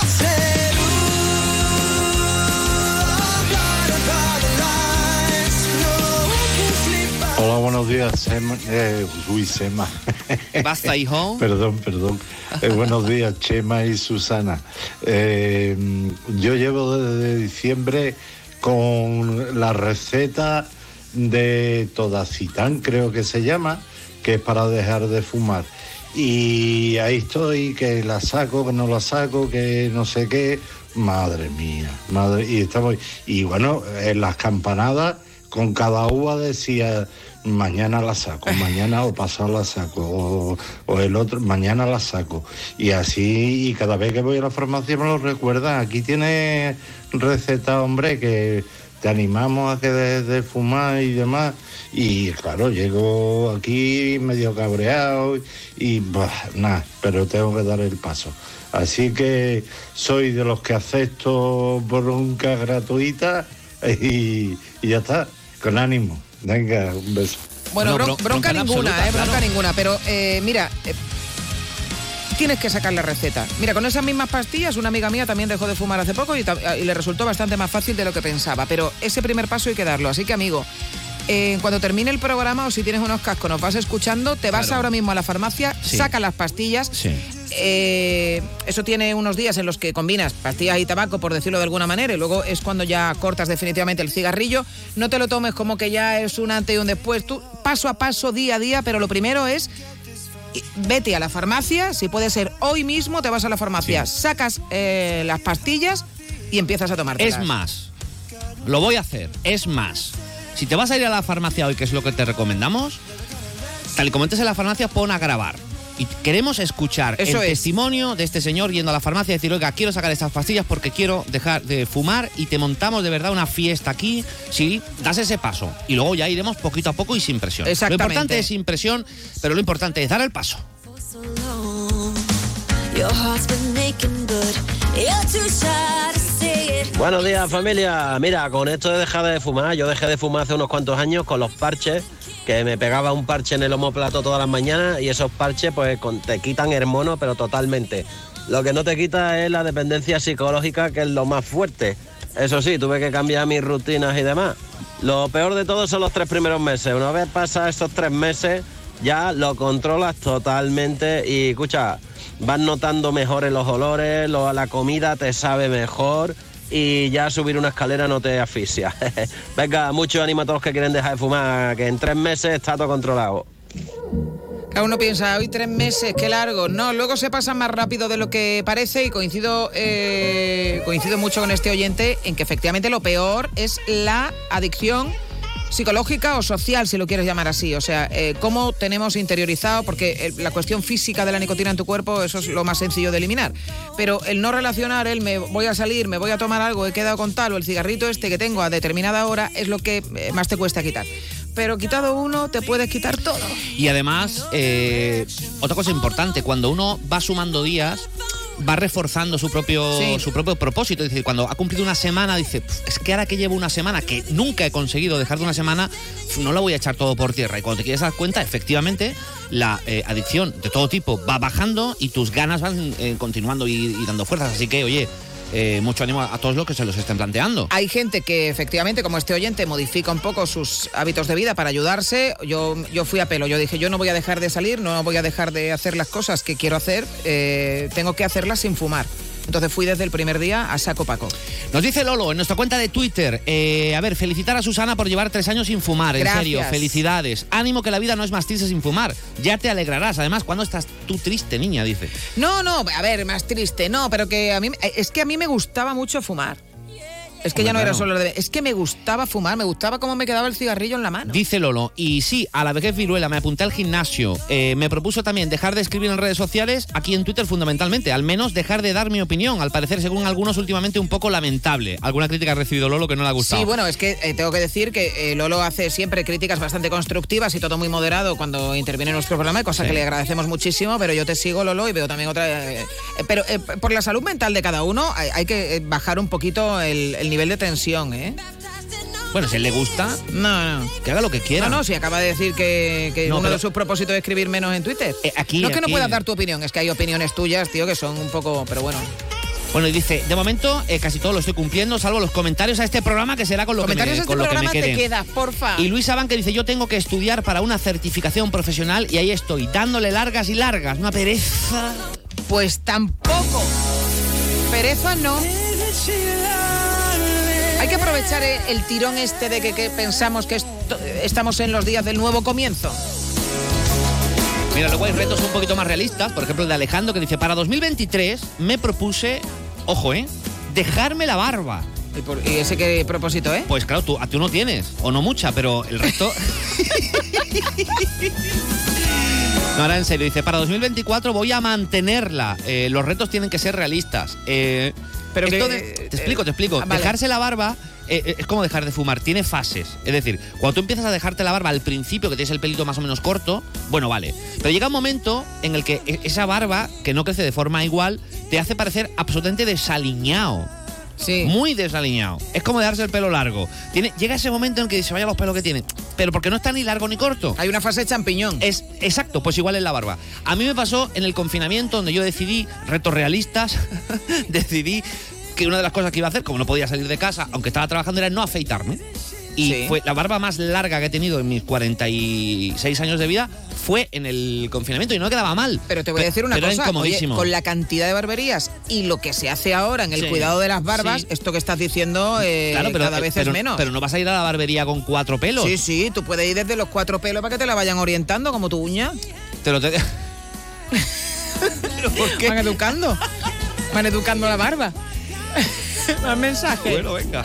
Hola, buenos días, Sema. Eh, uy, Sema. Basta, hijo. Perdón, perdón. Eh, buenos días, Chema y Susana. Eh, yo llevo desde diciembre con la receta de Todacitán, creo que se llama, que es para dejar de fumar. Y ahí estoy, que la saco, que no la saco, que no sé qué. Madre mía, madre. Y estamos. Y bueno, en las campanadas, con cada uva decía, mañana la saco, mañana o pasado la saco, o, o el otro, mañana la saco. Y así, y cada vez que voy a la farmacia me lo recuerdan. Aquí tiene receta, hombre, que te animamos a que dejes de fumar y demás. Y claro, llego aquí medio cabreado y bah, nada, pero tengo que dar el paso. Así que soy de los que acepto bronca gratuita y, y ya está, con ánimo. Venga, un beso. Bueno, No, bron- bron- bronca, bronca ninguna, absoluta, eh, bronca claro. ninguna, pero eh, mira, eh, tienes que sacar la receta. Mira, con esas mismas pastillas, una amiga mía también dejó de fumar hace poco y, ta- y le resultó bastante más fácil de lo que pensaba, pero ese primer paso hay que darlo, así que amigo, eh, cuando termine el programa o si tienes unos cascos, nos vas escuchando, te vas Claro. ahora mismo a la farmacia, Sí. saca las pastillas. Sí. Eh, eso tiene unos días en los que combinas pastillas y tabaco, por decirlo de alguna manera, y luego es cuando ya cortas definitivamente el cigarrillo. No te lo tomes como que ya es un antes y un después. Tú, paso a paso, día a día, pero lo primero es y- vete a la farmacia, si puede ser hoy mismo, te vas a la farmacia, sacas eh, las pastillas y empiezas a tomártelas. Es más, lo voy a hacer, es más. Si te vas a ir a la farmacia hoy, que es lo que te recomendamos, tal y como entres en la farmacia, pon a grabar. Y queremos escuchar Eso el es. testimonio de este señor yendo a la farmacia y decir, oiga, quiero sacar estas pastillas porque quiero dejar de fumar y te montamos de verdad una fiesta aquí. Sí, das ese paso. Y luego ya iremos poquito a poco y sin presión. Exactamente. Lo importante es sin presión, pero lo importante es dar el paso. Buenos días, familia. Mira, con esto de dejar de fumar, yo dejé de fumar hace unos cuantos años con los parches, que me pegaba un parche en el omóplato todas las mañanas y esos parches pues con- te quitan el mono, pero totalmente. Lo que no te quita es la dependencia psicológica, que es lo más fuerte. Eso sí, tuve que cambiar mis rutinas y demás. Lo peor de todo son los tres primeros meses. Una vez pasados estos tres meses, ya lo controlas totalmente y, escucha, vas notando mejores los olores, lo- la comida te sabe mejor y ya subir una escalera no te asfixia. Venga, mucho ánimo a todos los que quieren dejar de fumar, que en tres meses está todo controlado. Cada uno piensa, hoy tres meses, qué largo. No, luego se pasa más rápido de lo que parece y coincido, eh, coincido mucho con este oyente en que efectivamente lo peor es la adicción psicológica o social, si lo quieres llamar así. O sea, eh, cómo tenemos interiorizado, porque eh, la cuestión física de la nicotina en tu cuerpo, eso es lo más sencillo de eliminar. Pero el no relacionar, el me voy a salir, me voy a tomar algo, he quedado con tal, o el cigarrito este que tengo a determinada hora, es lo que eh, más te cuesta quitar. Pero quitado uno, te puedes quitar todo. Y además, eh, otra cosa importante, cuando uno va sumando días, va reforzando su propio, Sí. su propio propósito. Es decir, cuando ha cumplido una semana, dice, "Pf, es que ahora que llevo una semana, que nunca he conseguido dejar de una semana, pf, no la voy a echar todo por tierra". Y cuando te quieres dar cuenta, efectivamente, la eh, adicción de todo tipo va bajando y tus ganas van eh, continuando y, y dando fuerzas. Así que, oye, eh, mucho ánimo a, a todos los que se los estén planteando. Hay gente que efectivamente, como este oyente, modifica un poco sus hábitos de vida para ayudarse. Yo, yo fui a pelo, yo dije, yo no voy a dejar de salir, no voy a dejar de hacer las cosas que quiero hacer, eh, tengo que hacerlas sin fumar. Entonces fui desde el primer día a saco paco. Nos dice Lolo en nuestra cuenta de Twitter, eh, a ver, felicitar a Susana por llevar tres años sin fumar, en Gracias. serio, felicidades. Ánimo, que la vida no es más triste sin fumar, ya te alegrarás. Además, ¿cuándo estás tú triste, niña? Dice. No, no, a ver, más triste, no, pero que a mí, es que a mí me gustaba mucho fumar. Es que Hombre, ya no era claro. solo lo de... Es que me gustaba fumar, me gustaba cómo me quedaba el cigarrillo en la mano. Dice Lolo, y sí, a la vejez viruela, me apunté al gimnasio. Eh, me propuso también dejar de escribir en redes sociales, aquí en Twitter fundamentalmente, al menos dejar de dar mi opinión, al parecer, según algunos, últimamente un poco lamentable. Alguna crítica ha recibido Lolo que no le ha gustado. Sí, bueno, es que eh, tengo que decir que eh, Lolo hace siempre críticas bastante constructivas y todo muy moderado cuando interviene en nuestro programa, cosa Sí. que le agradecemos muchísimo, pero yo te sigo, Lolo, y veo también otra... eh, eh, pero eh, por la salud mental de cada uno hay, hay que eh, bajar un poquito el, el nivel de tensión, ¿eh? Bueno, si a él le gusta, no, no. que haga lo que quiera. No, no, si acaba de decir que, que No, uno pero- de sus propósitos es escribir menos en Twitter. Eh, aquí, no es que no aquí. puedas dar tu opinión, es que hay opiniones tuyas, tío, que son un poco... Pero bueno... Bueno, y dice, de momento eh, casi todo lo estoy cumpliendo, salvo los comentarios a este programa, que será con lo Comentarios que a me, este con lo que me programa te quede. quedas, porfa. Y Luis Abán, que dice, yo tengo que estudiar para una certificación profesional y ahí estoy, dándole largas y largas, una pereza. Pues tampoco. Pereza no. Hay que aprovechar el, el tirón este de que, que pensamos que esto- estamos en los días del nuevo comienzo. Mira, luego hay retos un poquito más realistas, por ejemplo el de Alejandro, que dice, para dos mil veintitrés me propuse, ojo, ¿eh? Dejarme la barba. ¿Y, por- y ese qué propósito, eh? Pues claro, tú, a tú no tienes, o no mucha, pero el resto... No, ahora en serio, dice, para dos mil veinticuatro voy a mantenerla. Eh, los retos tienen que ser realistas. Eh, Pero esto que- de- eh, te explico, te explico. ah, vale. Dejarse la barba eh, eh, es como dejar de fumar, tiene fases. Es decir, cuando tú empiezas a dejarte la barba al principio, que tienes el pelito más o menos corto, bueno, vale. Pero llega un momento en el que e- esa barba, que no crece de forma igual, te hace parecer absolutamente desaliñado. sí. muy desaliñado. Es como dejarse el pelo largo. Tiene, llega ese momento en que se vayan los pelos que tiene, pero porque no está ni largo ni corto. Hay una fase de champiñón. Es exacto, pues igual en la barba. A mí me pasó en el confinamiento, donde yo decidí, retos realistas, decidí que una de las cosas que iba a hacer, como no podía salir de casa, aunque estaba trabajando, era no afeitarme. Y sí. fue la barba más larga que he tenido en mis cuarenta y seis años de vida fue en el confinamiento y no quedaba mal. Pero te voy a decir una cosa, oye, con la cantidad de barberías y lo que se hace ahora en el sí, cuidado de las barbas, sí. esto que estás diciendo eh, claro, pero, cada vez pero, es menos. Pero no vas a ir a la barbería con cuatro pelos. Sí, sí, tú puedes ir desde los cuatro pelos para que te la vayan orientando, como tu uña. Te lo te... ¿Pero por qué? Van educando. Van educando la barba. Más mensajes. Bueno, venga.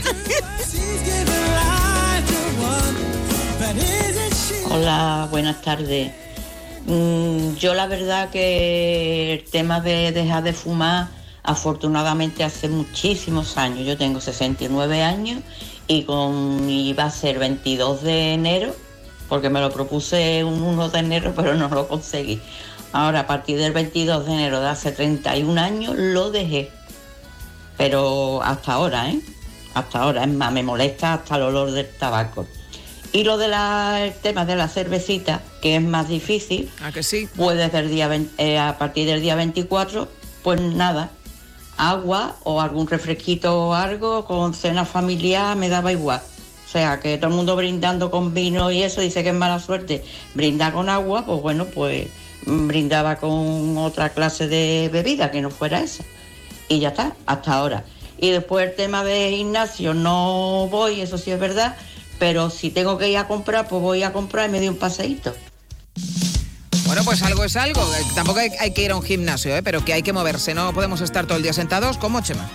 Hola, buenas tardes. Mm, yo la verdad que el tema de dejar de fumar, afortunadamente hace muchísimos años, yo tengo sesenta y nueve años y con iba a ser veintidós de enero, porque me lo propuse un uno de enero, pero no lo conseguí. Ahora, a partir del veintidós de enero de hace treinta y un años, lo dejé. Pero hasta ahora, ¿eh? Hasta ahora, es más, me molesta hasta el olor del tabaco. Y lo del tema de la cervecita, que es más difícil, ¿a que sí? Pues desde el día veinte, eh, a partir del día veinticuatro, pues nada, agua o algún refresquito o algo, con cena familiar me daba igual. O sea, que todo el mundo brindando con vino y eso, dice que es mala suerte. Brindar con agua, pues bueno, pues brindaba con otra clase de bebida que no fuera esa. Y ya está, hasta ahora. Y después el tema de gimnasio, no voy, eso sí es verdad, pero si tengo que ir a comprar, pues voy a comprar y me doy un paseíto. Bueno, pues algo es algo. Tampoco hay, hay que ir a un gimnasio, ¿eh? Pero que hay que moverse. No podemos estar todo el día sentados. ¿Cómo, Chema?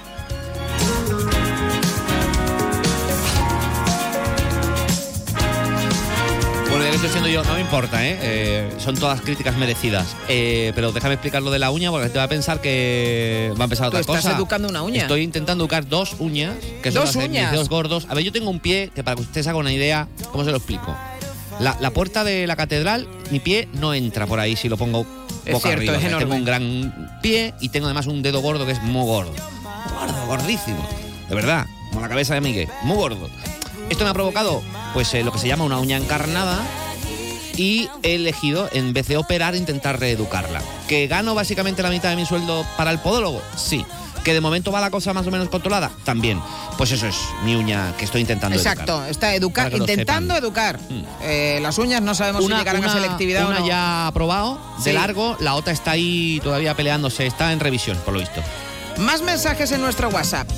Bueno, ya que estoy haciendo yo, no me importa, ¿eh? eh son todas críticas merecidas. Eh, pero déjame explicar lo de la uña, porque te va a pensar que va a empezar otra cosa. ¿Tú estás cosa. educando una uña? Estoy intentando educar dos uñas, que son ¿Dos las uñas? de mis dedos gordos. A ver, yo tengo un pie, que para que usted se haga una idea, ¿cómo se lo explico? La, la puerta de la catedral, mi pie no entra por ahí si lo pongo es boca cierto, arriba. Es enorme. Tengo un gran pie y tengo además un dedo gordo que es muy gordo. Gordo, gordísimo. De verdad, como la cabeza de Miguel. Muy gordo. Esto me ha provocado, pues, eh, lo que se llama una uña encarnada. Y he elegido, en vez de operar, intentar reeducarla. ¿Que gano básicamente la mitad de mi sueldo para el podólogo? Sí. ¿Que de momento va la cosa más o menos controlada? También. Pues eso es mi uña que estoy intentando Exacto, educar. está educa- intentando educar. Mm. Eh, las uñas no sabemos una, si llegarán una, a selectividad una o no. ya aprobado, sí. de largo, la otra está ahí todavía peleándose, está en revisión, por lo visto. Más mensajes en nuestro WhatsApp.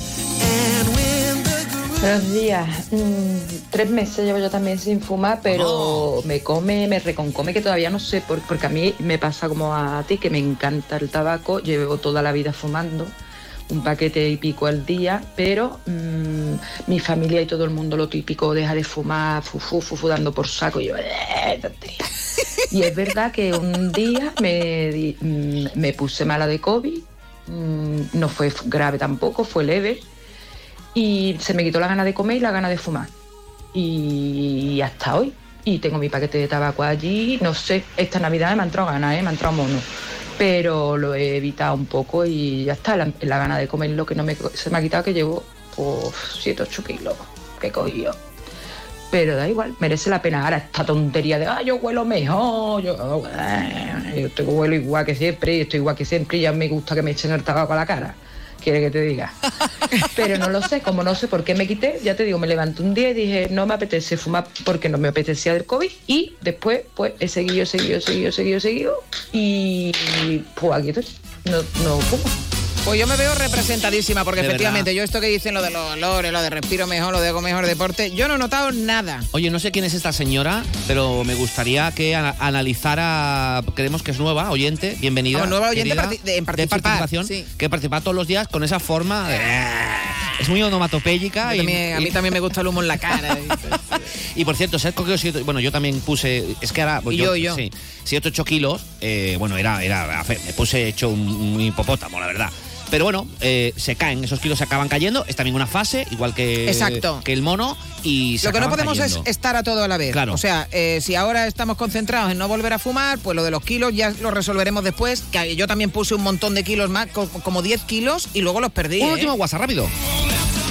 Buenos días. Mm, tres meses llevo yo también sin fumar, pero oh. me come, me reconcome, que todavía no sé, por, porque a mí me pasa como a ti, que me encanta el tabaco, llevo toda la vida fumando, un paquete y pico al día, pero mmm, mi familia y todo el mundo lo típico, deja de fumar, fufu, fufu, dando por saco, y yo, eh, tontería. Y es verdad que un día me, di, mm, me puse mala de COVID, mm, no fue grave tampoco, fue leve, y se me quitó la gana de comer y la gana de fumar. Y hasta hoy. Y tengo mi paquete de tabaco allí. No sé, esta Navidad me ha entrado ganas, ¿eh? me ha entrado mono. Pero lo he evitado un poco y ya está. La, la gana de comer lo que no me, se me ha quitado, que llevo siete, ocho kilos que he cogido. Pero da igual, merece la pena. Ahora esta tontería de, ah, yo huelo mejor, yo, eh, yo huelo igual que siempre, estoy igual que siempre y ya me gusta que me echen el tabaco a la cara. ¿Quiere que te diga? Pero no lo sé, como no sé por qué me quité, ya te digo, me levanté un día y dije, no me apetece fumar porque no me apetecía del COVID, y después, pues, he seguido, seguido, seguido, seguido, seguido, y pues aquí estoy, no, no fumo. Pues yo me veo representadísima, porque de efectivamente verdad. Yo esto que dicen, lo de los olores, lo de respiro mejor, lo de hago mejor deporte, yo no he notado nada. Oye, no sé quién es esta señora, pero me gustaría que a- analizara, creemos que es nueva, oyente, bienvenida. Oh, nueva oyente querida, parti- de- en de participar, participación, sí. que participa todos los días con esa forma, de, es muy onomatopéyica. Yo y, también, a mí también me gusta el humo en la cara. Y por cierto, ¿sabes cogido siete? Bueno, yo también puse, es que ahora, pues Y yo, y yo. sí, siete, ocho kilos, eh, bueno, era, era, me puse hecho un, un hipopótamo, la verdad. Pero bueno, eh, se caen, esos kilos se acaban cayendo, es también una fase, igual que, Exacto. que el mono, y se Lo que no acaban podemos cayendo. es estar a todo a la vez. Claro. O sea, eh, si ahora estamos concentrados en no volver a fumar, pues lo de los kilos ya lo resolveremos después. Que yo también puse un montón de kilos más, co- como diez kilos, y luego los perdí. Un ¿eh? último WhatsApp, rápido.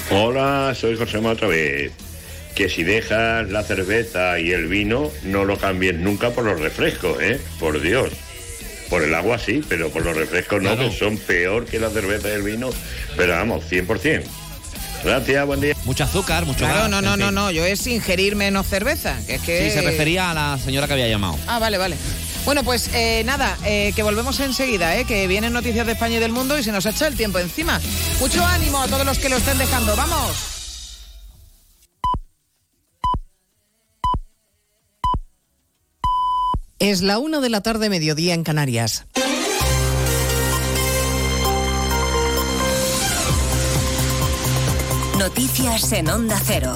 Hola, soy José otra vez. Que si dejas la cerveza y el vino, no lo cambies nunca por los refrescos, ¿eh? Por Dios. Por el agua sí, pero por los refrescos no, claro, que son peor que la cerveza y el vino. Pero vamos, cien por ciento. Gracias, buen día. Mucho azúcar, mucho Claro, gas, no, en no, fin. no, no, yo es ingerir menos cerveza, que es que... Sí, se refería a la señora que había llamado. Ah, vale, vale. Bueno, pues eh, nada, eh, que volvemos enseguida, eh, que vienen noticias de España y del mundo y se nos echa el tiempo encima. Mucho ánimo a todos los que lo estén dejando, ¡vamos! Es la una de la tarde, mediodía en Canarias. Noticias en Onda Cero.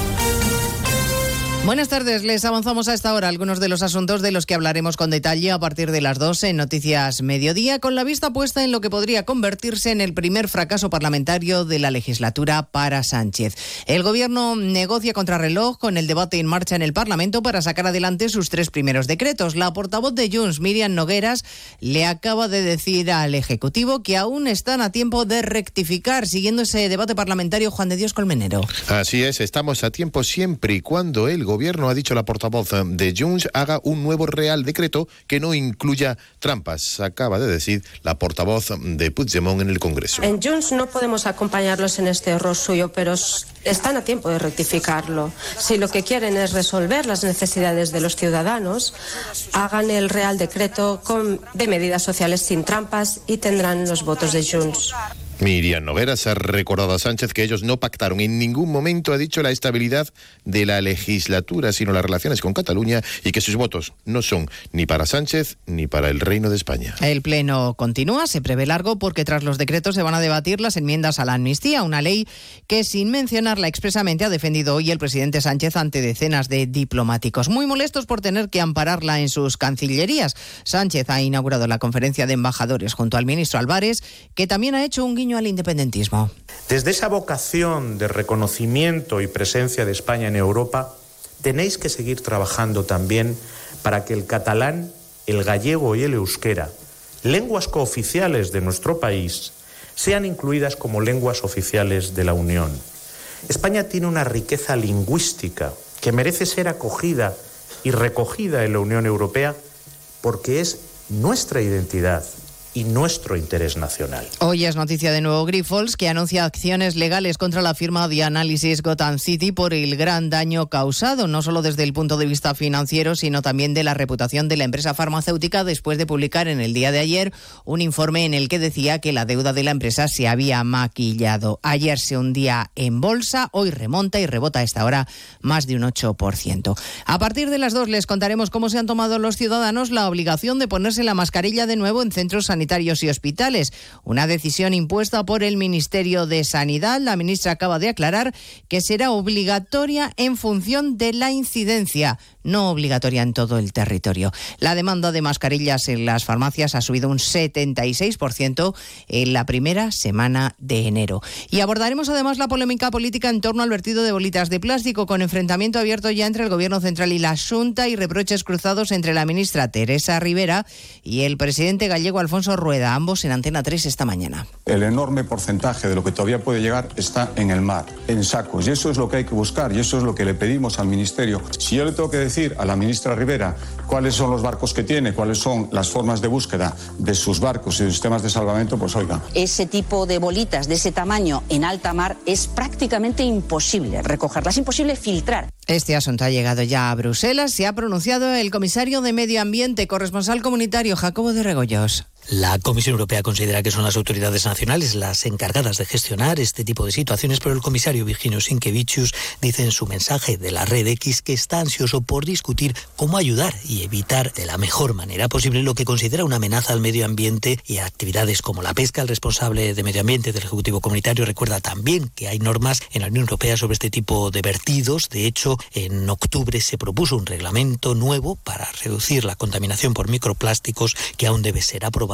Buenas tardes, les avanzamos a esta hora algunos de los asuntos de los que hablaremos con detalle a partir de las dos en Noticias Mediodía, con la vista puesta en lo que podría convertirse en el primer fracaso parlamentario de la legislatura para Sánchez. El Gobierno negocia contrarreloj con el debate en marcha en el Parlamento para sacar adelante sus tres primeros decretos. La portavoz de Junts, Míriam Nogueras, le acaba de decir al Ejecutivo que aún están a tiempo de rectificar, siguiendo ese debate parlamentario. Juan de Dios Colmenero. Así es, estamos a tiempo siempre y cuando el Gobierno, ha dicho la portavoz de Junts, haga un nuevo Real Decreto que no incluya trampas, acaba de decir la portavoz de Puigdemont en el Congreso. En Junts no podemos acompañarlos en este error suyo, pero están a tiempo de rectificarlo. Si lo que quieren es resolver las necesidades de los ciudadanos, hagan el Real Decreto con, de medidas sociales sin trampas y tendrán los votos de Junts. Míriam Nogueras ha recordado a Sánchez que ellos no pactaron en ningún momento, ha dicho, la estabilidad de la legislatura, sino las relaciones con Cataluña, y que sus votos no son ni para Sánchez ni para el Reino de España. El Pleno continúa, se prevé largo porque tras los decretos se van a debatir las enmiendas a la amnistía, una ley que sin mencionarla expresamente ha defendido hoy el presidente Sánchez ante decenas de diplomáticos, muy molestos por tener que ampararla en sus cancillerías. Sánchez ha inaugurado la conferencia de embajadores junto al ministro Álvarez, que también ha hecho un guiño al independentismo. Desde esa vocación de reconocimiento y presencia de España en Europa, tenéis que seguir trabajando también para que el catalán, el gallego y el euskera, lenguas cooficiales de nuestro país, sean incluidas como lenguas oficiales de la Unión. España tiene una riqueza lingüística que merece ser acogida y recogida en la Unión Europea porque es nuestra identidad y nuestro interés nacional. Hoy es noticia de nuevo Grifols, que anuncia acciones legales contra la firma de análisis Gotham City por el gran daño causado, no solo desde el punto de vista financiero, sino también de la reputación de la empresa farmacéutica, después de publicar en el día de ayer un informe en el que decía que la deuda de la empresa se había maquillado. Ayer se hundía en bolsa, hoy remonta y rebota a esta hora más de un ocho por ciento. A partir de las dos les contaremos cómo se han tomado los ciudadanos la obligación de ponerse la mascarilla de nuevo en centros sanitarios sanitarios y hospitales. Una decisión impuesta por el Ministerio de Sanidad. La ministra acaba de aclarar que será obligatoria en función de la incidencia, no obligatoria en todo el territorio. La demanda de mascarillas en las farmacias ha subido un setenta y seis por ciento en la primera semana de enero. Y abordaremos además la polémica política en torno al vertido de bolitas de plástico, con enfrentamiento abierto ya entre el Gobierno central y la Xunta y reproches cruzados entre la ministra Teresa Rivera y el presidente gallego Alfonso Rueda, ambos en Antena tres esta mañana. El enorme porcentaje de lo que todavía puede llegar está en el mar, en sacos, y eso es lo que hay que buscar, y eso es lo que le pedimos al Ministerio. Si yo le tengo que decir a la ministra Rivera cuáles son los barcos que tiene, cuáles son las formas de búsqueda de sus barcos y de sistemas de salvamento, pues oiga. Ese tipo de bolitas de ese tamaño en alta mar es prácticamente imposible recogerlas, es imposible filtrar. Este asunto ha llegado ya a Bruselas. Se ha pronunciado el comisario de Medio Ambiente, corresponsal comunitario Jacobo de Regoyos. La Comisión Europea considera que son las autoridades nacionales las encargadas de gestionar este tipo de situaciones, pero el comisario Virginijus Sinkevičius dice en su mensaje de la Red X que está ansioso por discutir cómo ayudar y evitar de la mejor manera posible lo que considera una amenaza al medio ambiente y a actividades como la pesca. El responsable de Medio Ambiente del Ejecutivo Comunitario recuerda también que hay normas en la Unión Europea sobre este tipo de vertidos. De hecho, en octubre se propuso un reglamento nuevo para reducir la contaminación por microplásticos que aún debe ser aprobado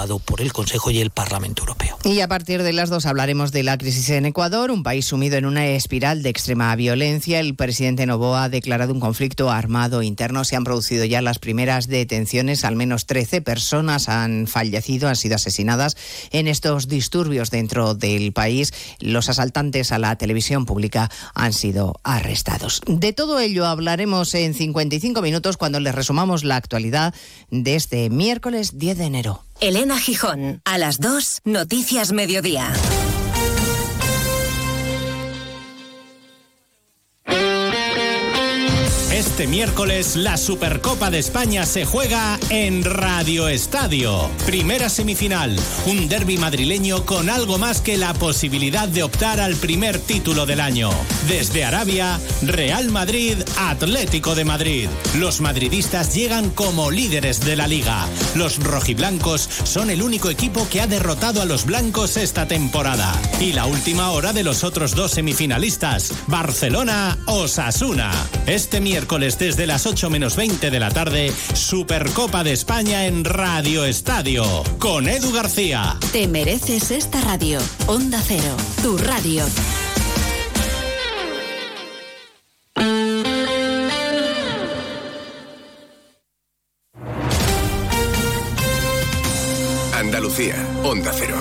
aprobado por el Consejo y el Parlamento Europeo. Y a partir de las dos hablaremos de la crisis en Ecuador, un país sumido en una espiral de extrema violencia. El presidente Noboa ha declarado un conflicto armado interno. Se han producido ya las primeras detenciones. Al menos trece personas han fallecido, han sido asesinadas en estos disturbios dentro del país. Los asaltantes a la televisión pública han sido arrestados. De todo ello hablaremos en cincuenta y cinco minutos cuando les resumamos la actualidad de este miércoles diez de enero. Elena Gijón, a las dos, Noticias Mediodía. Este miércoles la Supercopa de España se juega en Radio Estadio. Primera semifinal, un derbi madrileño con algo más que la posibilidad de optar al primer título del año. Desde Arabia, Real Madrid, Atlético de Madrid. Los madridistas llegan como líderes de la Liga. Los rojiblancos son el único equipo que ha derrotado a los blancos esta temporada. Y la última hora de los otros dos semifinalistas, Barcelona-Osasuna. Este miércoles desde las ocho menos veinte de la tarde, Supercopa de España en Radio Estadio, con Edu García. Te mereces esta radio. Onda Cero, tu radio. Andalucía, Onda Cero.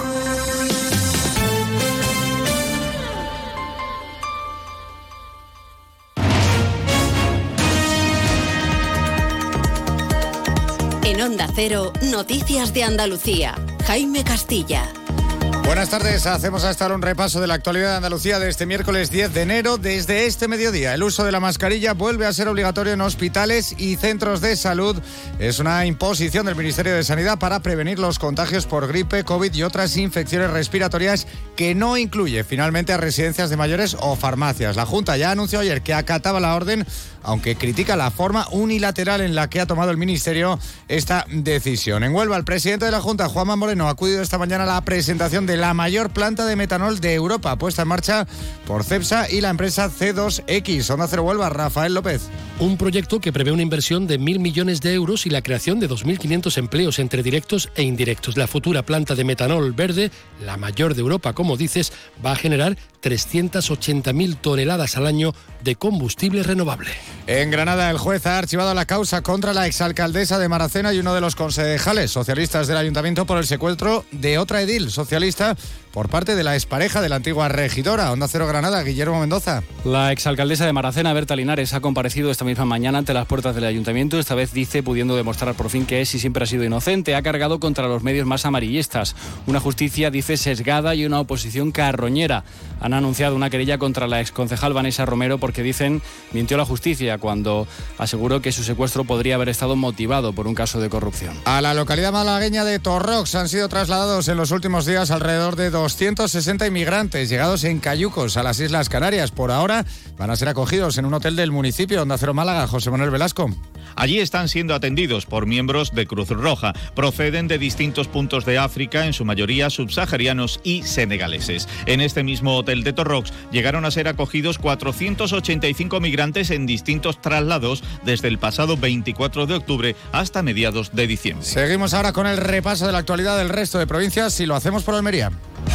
En Onda Cero, Noticias de Andalucía. Jaime Castilla. Buenas tardes, hacemos hasta ahora un repaso de la actualidad de Andalucía de este miércoles diez de enero. Desde este mediodía, el uso de la mascarilla vuelve a ser obligatorio en hospitales y centros de salud. Es una imposición del Ministerio de Sanidad para prevenir los contagios por gripe, COVID y otras infecciones respiratorias, que no incluye finalmente a residencias de mayores o farmacias. La Junta ya anunció ayer que acataba la orden, aunque critica la forma unilateral en la que ha tomado el Ministerio esta decisión. En Huelva, el presidente de la Junta, Juanma Moreno, ha acudido esta mañana a la presentación de la mayor planta de metanol de Europa, puesta en marcha por Cepsa y la empresa C dos X. Onda Cero Huelva, Rafael López. Un proyecto que prevé una inversión de mil millones de euros y la creación de dos mil quinientos empleos entre directos e indirectos. La futura planta de metanol verde, la mayor de Europa, como dices, va a generar trescientas ochenta mil toneladas al año de combustible renovable. En Granada, el juez ha archivado la causa contra la exalcaldesa de Maracena y uno de los concejales socialistas del ayuntamiento por el secuestro de otra edil socialista por parte de la expareja de la antigua regidora. Onda Cero Granada, Guillermo Mendoza. La exalcaldesa de Maracena, Berta Linares, ha comparecido esta misma mañana ante las puertas del ayuntamiento. Esta vez dice, pudiendo demostrar por fin que es y siempre ha sido inocente. Ha cargado contra los medios más amarillistas. Una justicia, dice, sesgada y una oposición carroñera. Han anunciado una querella contra la exconcejal Vanessa Romero porque, dicen, mintió la justicia cuando aseguró que su secuestro podría haber estado motivado por un caso de corrupción. A la localidad malagueña de Torrox han sido trasladados en los últimos días alrededor de doscientos sesenta inmigrantes llegados en cayucos a las Islas Canarias. Por ahora van a ser acogidos en un hotel del municipio. Onda Cero Málaga, José Manuel Velasco. Allí están siendo atendidos por miembros de Cruz Roja. Proceden de distintos puntos de África, en su mayoría subsaharianos y senegaleses. En este mismo hotel de Torrox llegaron a ser acogidos cuatrocientos ochenta y cinco migrantes en distintos traslados desde el pasado veinticuatro de octubre hasta mediados de diciembre. Seguimos ahora con el repaso de la actualidad del resto de provincias y lo hacemos por Almería.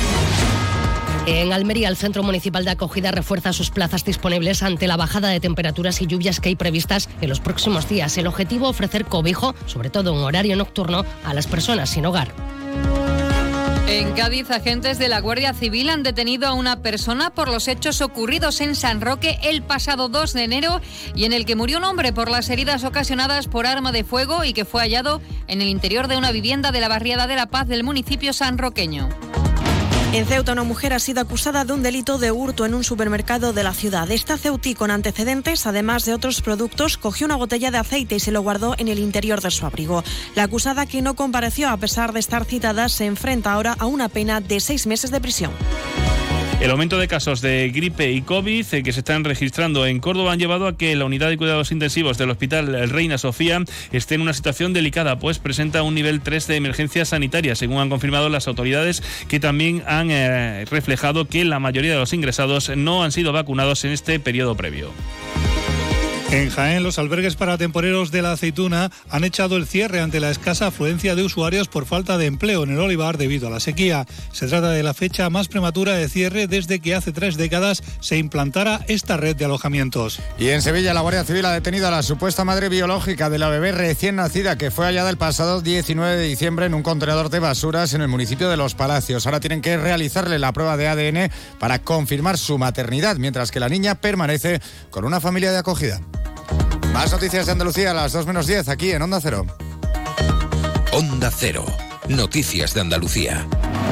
En Almería, el Centro Municipal de Acogida refuerza sus plazas disponibles ante la bajada de temperaturas y lluvias que hay previstas en los próximos días. El objetivo, ofrecer cobijo, sobre todo en horario nocturno, a las personas sin hogar. En Cádiz, agentes de la Guardia Civil han detenido a una persona por los hechos ocurridos en San Roque el pasado dos de enero y en el que murió un hombre por las heridas ocasionadas por arma de fuego y que fue hallado en el interior de una vivienda de la barriada de La Paz del municipio sanroqueño. En Ceuta, una mujer ha sido acusada de un delito de hurto en un supermercado de la ciudad. Esta ceutí con antecedentes, además de otros productos, cogió una botella de aceite y se lo guardó en el interior de su abrigo. La acusada, que no compareció a pesar de estar citada, se enfrenta ahora a una pena de seis meses de prisión. El aumento de casos de gripe y COVID que se están registrando en Córdoba han llevado a que la unidad de cuidados intensivos del Hospital Reina Sofía esté en una situación delicada, pues presenta un nivel tres de emergencia sanitaria, según han confirmado las autoridades, que también han eh, reflejado que la mayoría de los ingresados no han sido vacunados en este periodo previo. En Jaén, los albergues para temporeros de la Aceituna han echado el cierre ante la escasa afluencia de usuarios por falta de empleo en el olivar debido a la sequía. Se trata de la fecha más prematura de cierre desde que hace tres décadas se implantara esta red de alojamientos. Y en Sevilla, la Guardia Civil ha detenido a la supuesta madre biológica de la bebé recién nacida que fue hallada el pasado diecinueve de diciembre en un contenedor de basuras en el municipio de Los Palacios. Ahora tienen que realizarle la prueba de A D N para confirmar su maternidad, mientras que la niña permanece con una familia de acogida. Más noticias de Andalucía a las dos menos diez, aquí en Onda Cero. Onda Cero. Noticias de Andalucía.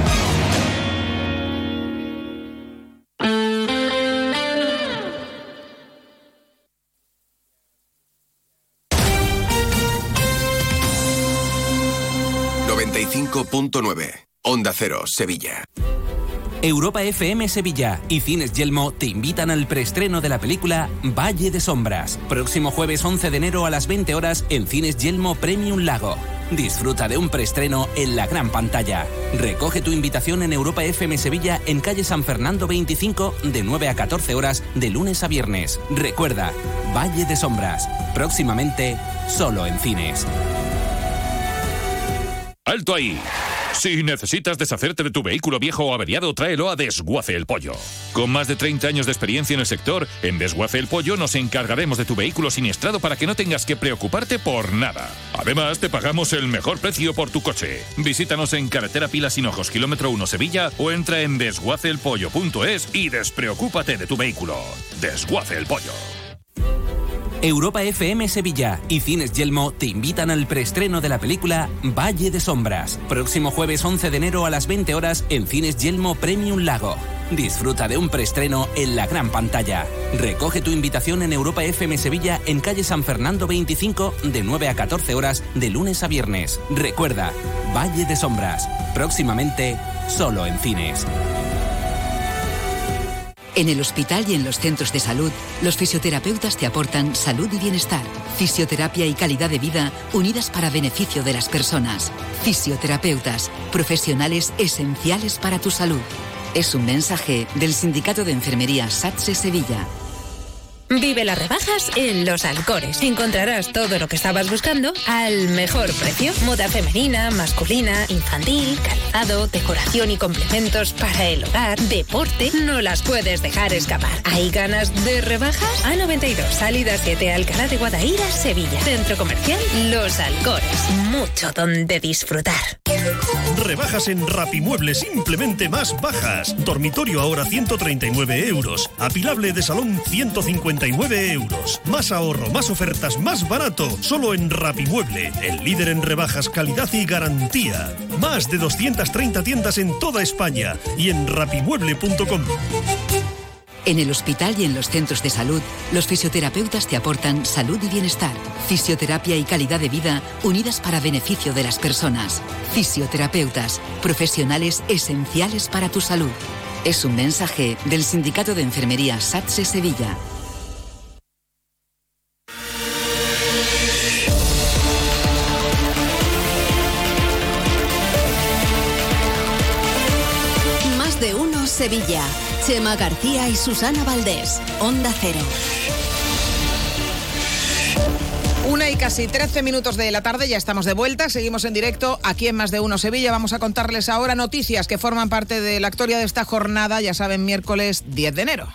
noventa y cinco punto nueve. Onda Cero, Sevilla. Europa F M Sevilla y Cines Yelmo te invitan al preestreno de la película Valle de Sombras. Próximo jueves once de enero a las veinte horas en Cines Yelmo Premium Lago. Disfruta de un preestreno en la gran pantalla. Recoge tu invitación en Europa F M Sevilla en calle San Fernando veinticinco de nueve a catorce horas de lunes a viernes. Recuerda, Valle de Sombras. Próximamente solo en cines. ¡Alto ahí! Si necesitas deshacerte de tu vehículo viejo o averiado, tráelo a Desguace el Pollo. Con más de treinta años de experiencia en el sector, en Desguace el Pollo nos encargaremos de tu vehículo siniestrado para que no tengas que preocuparte por nada. Además, te pagamos el mejor precio por tu coche. Visítanos en Carretera Pilas Hinojos, kilómetro uno Sevilla, o entra en desguace el pollo punto es y despreocúpate de tu vehículo. Desguace el Pollo. Europa F M Sevilla y Cines Yelmo te invitan al preestreno de la película Valle de Sombras. Próximo jueves once de enero a las veinte horas en Cines Yelmo Premium Lago. Disfruta de un preestreno en la gran pantalla. Recoge tu invitación en Europa F M Sevilla en calle San Fernando veinticinco de nueve a catorce horas de lunes a viernes. Recuerda, Valle de Sombras. Próximamente solo en cines. En el hospital y en los centros de salud, los fisioterapeutas te aportan salud y bienestar, fisioterapia y calidad de vida unidas para beneficio de las personas. Fisioterapeutas, profesionales esenciales para tu salud. Es un mensaje del Sindicato de Enfermería SATSE Sevilla. Vive las rebajas en Los Alcores. Encontrarás todo lo que estabas buscando al mejor precio. Moda femenina, masculina, infantil, calzado, decoración y complementos para el hogar, deporte. No las puedes dejar escapar. ¿Hay ganas de rebajas? A noventa y dos, salida siete, Alcalá de Guadaira, Sevilla. Centro Comercial Los Alcores. Mucho donde disfrutar. Rebajas en Rapimueble, simplemente más bajas. Dormitorio ahora ciento treinta y nueve euros. Apilable de salón ciento cincuenta y nueve euros. Más ahorro, más ofertas, más barato. Solo en Rapimueble, el líder en rebajas, calidad y garantía. Más de doscientas treinta tiendas en toda España y en rapimueble punto com. En el hospital y en los centros de salud, los fisioterapeutas te aportan salud y bienestar, fisioterapia y calidad de vida unidas para beneficio de las personas. Fisioterapeutas, profesionales esenciales para tu salud. Es un mensaje del Sindicato de Enfermería SATSE Sevilla. Más de uno Sevilla. Chema García y Susana Valdés. Onda Cero. Una y casi trece minutos de la tarde, ya estamos de vuelta, seguimos en directo aquí en Más de Uno Sevilla. Vamos a contarles ahora noticias que forman parte de la actualidad de esta jornada, ya saben, miércoles diez de enero.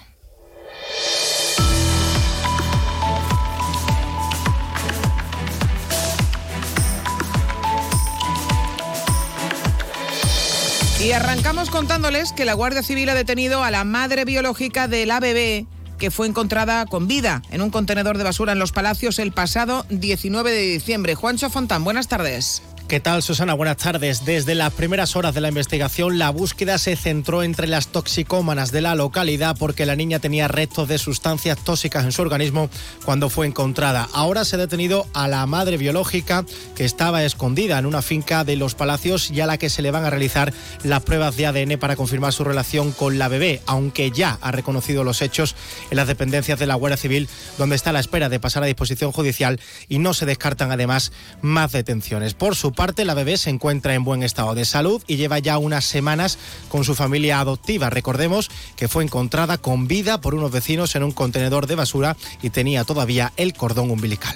Y arrancamos contándoles que la Guardia Civil ha detenido a la madre biológica de la bebé que fue encontrada con vida en un contenedor de basura en Los Palacios el pasado diecinueve de diciembre. Juancho Fontán, buenas tardes. ¿Qué tal, Susana? Buenas tardes. Desde las primeras horas de la investigación, la búsqueda se centró entre las toxicómanas de la localidad porque la niña tenía restos de sustancias tóxicas en su organismo cuando fue encontrada. Ahora se ha detenido a la madre biológica que estaba escondida en una finca de Los Palacios y a la que se le van a realizar las pruebas de A D N para confirmar su relación con la bebé, aunque ya ha reconocido los hechos en las dependencias de la Guardia Civil, donde está a la espera de pasar a disposición judicial y no se descartan además más detenciones. Por su su parte, la bebé se encuentra en buen estado de salud y lleva ya unas semanas con su familia adoptiva. Recordemos que fue encontrada con vida por unos vecinos en un contenedor de basura y tenía todavía el cordón umbilical.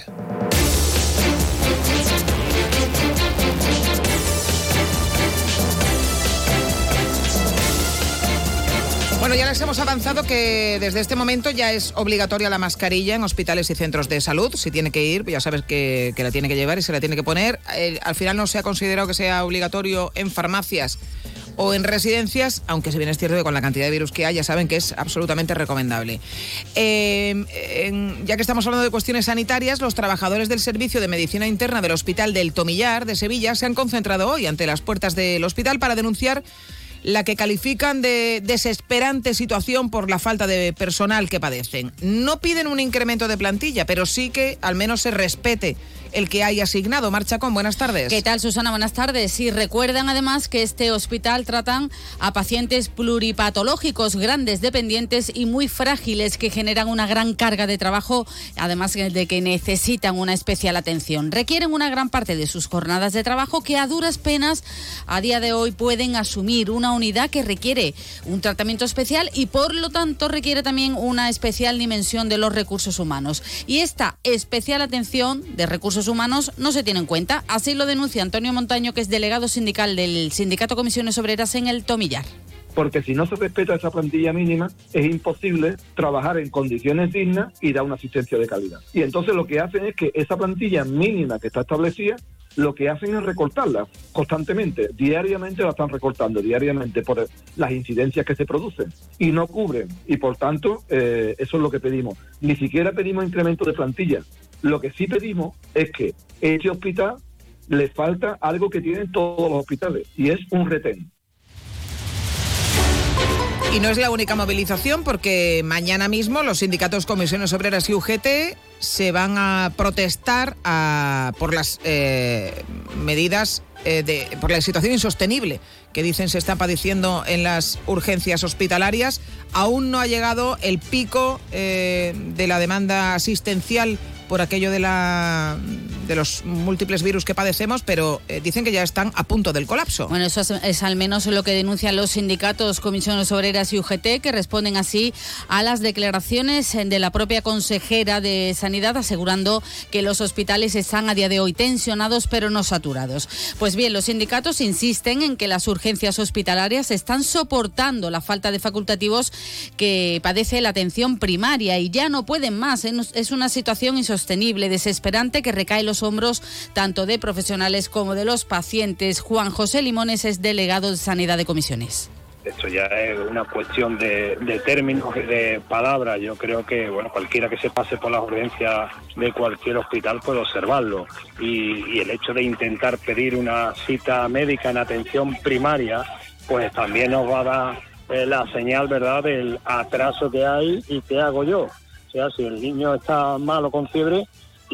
Bueno, ya les hemos avanzado que desde este momento ya es obligatoria la mascarilla en hospitales y centros de salud. Si tiene que ir, ya sabes que, que la tiene que llevar y se la tiene que poner. Eh, al final no se ha considerado que sea obligatorio en farmacias o en residencias, aunque si bien es cierto que con la cantidad de virus que hay ya saben que es absolutamente recomendable. Eh, en, ya que estamos hablando de cuestiones sanitarias, los trabajadores del Servicio de Medicina Interna del Hospital del Tomillar de Sevilla se han concentrado hoy ante las puertas del hospital para denunciar la que califican de desesperante situación por la falta de personal que padecen. No piden un incremento de plantilla, pero sí que al menos se respete el que hay asignado. Marcha con buenas tardes. ¿Qué tal, Susana? Buenas tardes. Y recuerdan además que este hospital tratan a pacientes pluripatológicos, grandes dependientes y muy frágiles que generan una gran carga de trabajo, además de que necesitan una especial atención. Requieren una gran parte de sus jornadas de trabajo que a duras penas a día de hoy pueden asumir. Una unidad que requiere un tratamiento especial y por lo tanto requiere también una especial dimensión de los recursos humanos. Y esta especial atención de recursos humanos no se tiene en cuenta. Así lo denuncia Antonio Montaño, que es delegado sindical del Sindicato Comisiones Obreras en el Tomillar. Porque si no se respeta esa plantilla mínima, es imposible trabajar en condiciones dignas y dar una asistencia de calidad. Y entonces lo que hacen es que esa plantilla mínima que está establecida, lo que hacen es recortarla constantemente, diariamente la están recortando, diariamente por las incidencias que se producen y no cubren. Y por tanto, eh, eso es lo que pedimos. Ni siquiera pedimos incremento de plantilla. Lo que sí pedimos es que este hospital le falta algo que tienen todos los hospitales y es un retén. Y no es la única movilización, porque mañana mismo los sindicatos Comisiones Obreras y U G T se van a protestar a, por las eh, medidas, eh, de, por la situación insostenible que dicen se está padeciendo en las urgencias hospitalarias. Aún no ha llegado el pico eh, de la demanda asistencial por aquello de la de los múltiples virus que padecemos, pero eh, dicen que ya están a punto del colapso. Bueno, eso es, es al menos lo que denuncian los sindicatos Comisiones Obreras y U G T, que responden así a las declaraciones de la propia consejera de Sanidad, asegurando que los hospitales están a día de hoy tensionados, pero no saturados. Pues bien, los sindicatos insisten en que las urgencias hospitalarias están soportando la falta de facultativos que padece la atención primaria y ya no pueden más. Es una situación insostenible, desesperante, que recae en los hombros tanto de profesionales como de los pacientes. Juan José Limones es delegado de Sanidad de Comisiones. Esto ya es una cuestión de, de términos y de palabras. Yo creo que bueno, cualquiera que se pase por las urgencias de cualquier hospital puede observarlo. Y, y el hecho de intentar pedir una cita médica en atención primaria, pues también nos va a dar eh, la señal, ¿verdad?, del atraso que hay y qué hago yo. O sea, si el niño está malo con fiebre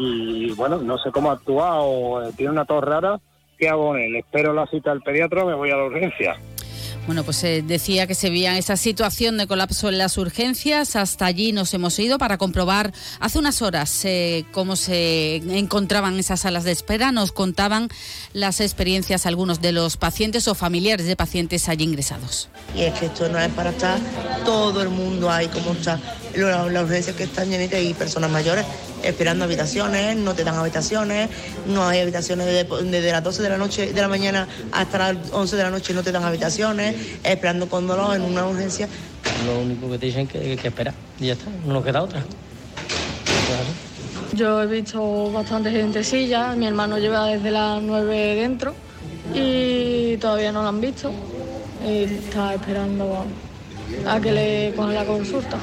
y bueno, no sé cómo actuar o tiene una tos rara, ¿qué hago con él? ¿Espero la cita del pediatra o me voy a la urgencia? Bueno, pues eh, decía que se veía esa situación de colapso en las urgencias. Hasta allí nos hemos ido para comprobar hace unas horas eh, cómo se encontraban esas salas de espera. Nos contaban las experiencias algunos de los pacientes o familiares de pacientes allí ingresados. Y es que esto no es para estar todo el mundo ahí como está. Las la urgencias que están llenitas y personas mayores esperando habitaciones, no te dan habitaciones, no hay habitaciones desde, desde las doce de la noche de la mañana hasta las once de la noche, no te dan habitaciones, esperando con dolor en una urgencia. Lo único que te dicen es que, que espera y ya está, no nos queda otra. Yo he visto bastante gente silla, mi hermano lleva desde las nueve dentro y todavía no lo han visto y está esperando a que le cojan la consulta.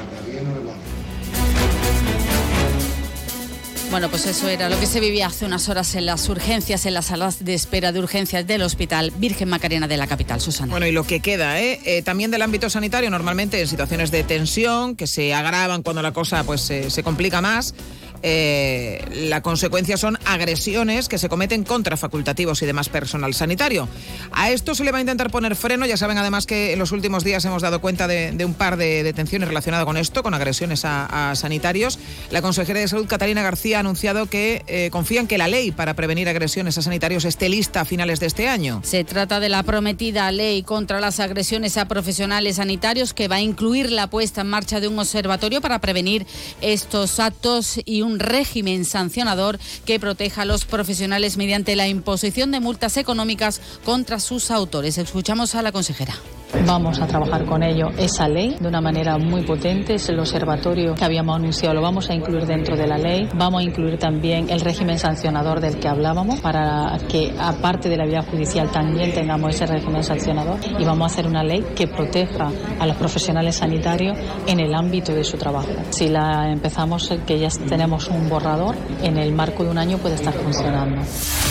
Bueno, pues eso era lo que se vivía hace unas horas en las urgencias, en las salas de espera de urgencias del Hospital Virgen Macarena de la capital, Susana. Bueno, y lo que queda, ¿eh? Eh, también del ámbito sanitario, normalmente en situaciones de tensión, que se agravan cuando la cosa pues eh, se complica más, eh, la consecuencia son agresiones que se cometen contra facultativos y demás personal sanitario. A esto se le va a intentar poner freno. Ya saben además que en los últimos días hemos dado cuenta de, de un par de detenciones relacionadas con esto, con agresiones a, a sanitarios. La consejera de Salud, Catalina García, ha anunciado que eh, confía en que la ley para prevenir agresiones a sanitarios esté lista a finales de este año. Se trata de la prometida ley contra las agresiones a profesionales sanitarios, que va a incluir la puesta en marcha de un observatorio para prevenir estos actos y un régimen sancionador que proteja a los profesionales mediante la imposición de multas económicas contra sus autores. Escuchamos a la consejera. Vamos a trabajar con ello esa ley de una manera muy potente. Es el observatorio que habíamos anunciado, lo vamos a incluir dentro de la ley. Vamos a incluir también el régimen sancionador del que hablábamos, para que aparte de la vía judicial también tengamos ese régimen sancionador, y vamos a hacer una ley que proteja a los profesionales sanitarios en el ámbito de su trabajo. Si la empezamos, que ya tenemos un borrador, en el marco de un año puede estar funcionando.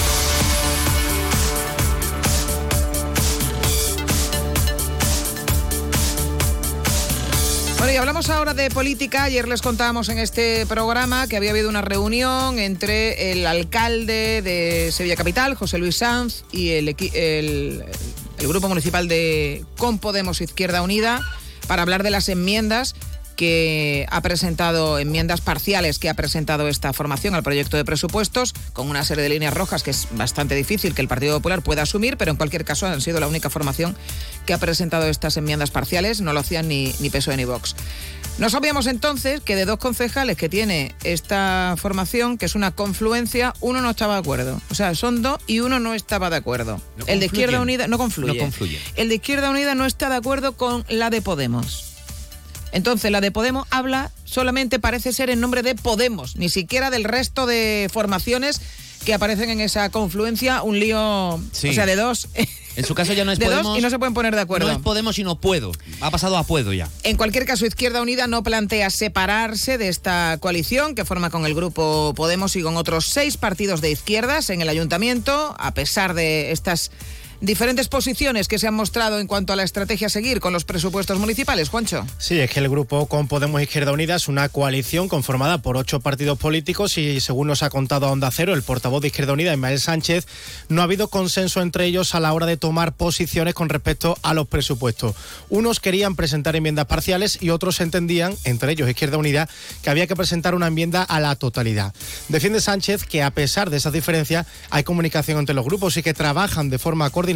Bueno, y hablamos ahora de política. Ayer les contábamos en este programa que había habido una reunión entre el alcalde de Sevilla Capital, José Luis Sanz, y el, el, el grupo municipal de Con Podemos Izquierda Unida para hablar de las enmiendas que ha presentado, enmiendas parciales que ha presentado esta formación al proyecto de presupuestos, con una serie de líneas rojas que es bastante difícil que el Partido Popular pueda asumir, pero en cualquier caso han sido la única formación que ha presentado estas enmiendas parciales. No lo hacían ni, ni P S O E ni Vox. No sabíamos entonces que de dos concejales que tiene esta formación, que es una confluencia, uno no estaba de acuerdo. O sea, son dos y uno no estaba de acuerdo. No el de Izquierda Unida no confluye. No confluye. El de Izquierda Unida no está de acuerdo con la de Podemos. Entonces, la de Podemos habla solamente, parece ser, en nombre de Podemos, ni siquiera del resto de formaciones que aparecen en esa confluencia. Un lío, sí. O sea, de dos. En su caso ya no es de Podemos. Dos y no se pueden poner de acuerdo. No es Podemos, sino Puedo. Ha pasado a Puedo ya. En cualquier caso, Izquierda Unida no plantea separarse de esta coalición que forma con el grupo Podemos y con otros seis partidos de izquierdas en el ayuntamiento, a pesar de estas diferentes posiciones que se han mostrado en cuanto a la estrategia a seguir con los presupuestos municipales. Juancho. Sí, es que el grupo Con Podemos Izquierda Unida es una coalición conformada por ocho partidos políticos y, según nos ha contado a Onda Cero el portavoz de Izquierda Unida, Ismael Sánchez, no ha habido consenso entre ellos a la hora de tomar posiciones con respecto a los presupuestos. Unos querían presentar enmiendas parciales y otros entendían, entre ellos Izquierda Unida, que había que presentar una enmienda a la totalidad. Defiende Sánchez que, a pesar de esas diferencias, hay comunicación entre los grupos y que trabajan de forma coordinada,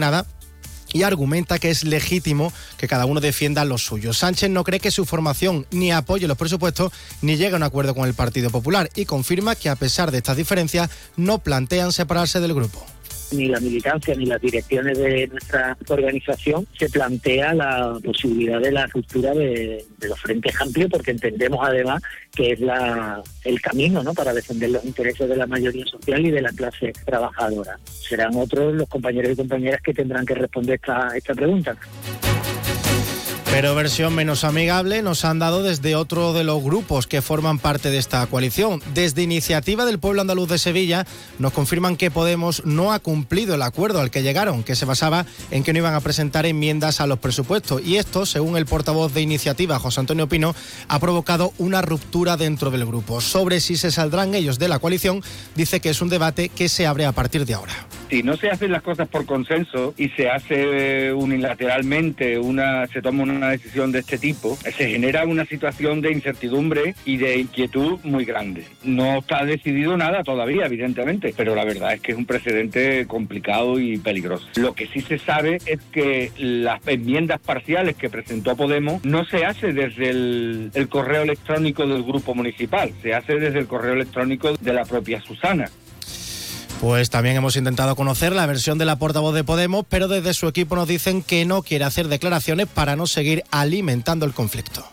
y argumenta que es legítimo que cada uno defienda lo suyo. Sánchez no cree que su formación ni apoye los presupuestos ni llegue a un acuerdo con el Partido Popular y confirma que, a pesar de estas diferencias, no plantean separarse del grupo. Ni la militancia ni las direcciones de nuestra organización se plantea la posibilidad de la ruptura de, de los frentes amplios, porque entendemos además que es la, el camino, ¿no?, para defender los intereses de la mayoría social y de la clase trabajadora. Serán otros los compañeros y compañeras que tendrán que responder esta, esta pregunta. Pero versión menos amigable nos han dado desde otro de los grupos que forman parte de esta coalición. Desde Iniciativa del Pueblo Andaluz de Sevilla nos confirman que Podemos no ha cumplido el acuerdo al que llegaron, que se basaba en que no iban a presentar enmiendas a los presupuestos. Y esto, según el portavoz de Iniciativa, José Antonio Pino, ha provocado una ruptura dentro del grupo. Sobre si se saldrán ellos de la coalición, dice que es un debate que se abre a partir de ahora. Si no se hacen las cosas por consenso y se hace unilateralmente, una se toma una decisión de este tipo, se genera una situación de incertidumbre y de inquietud muy grande. No está decidido nada todavía, evidentemente, pero la verdad es que es un precedente complicado y peligroso. Lo que sí se sabe es que las enmiendas parciales que presentó Podemos no se hace desde el, el correo electrónico del grupo municipal, se hace desde el correo electrónico de la propia Susana. Pues también hemos intentado conocer la versión de la portavoz de Podemos, pero desde su equipo nos dicen que no quiere hacer declaraciones para no seguir alimentando el conflicto.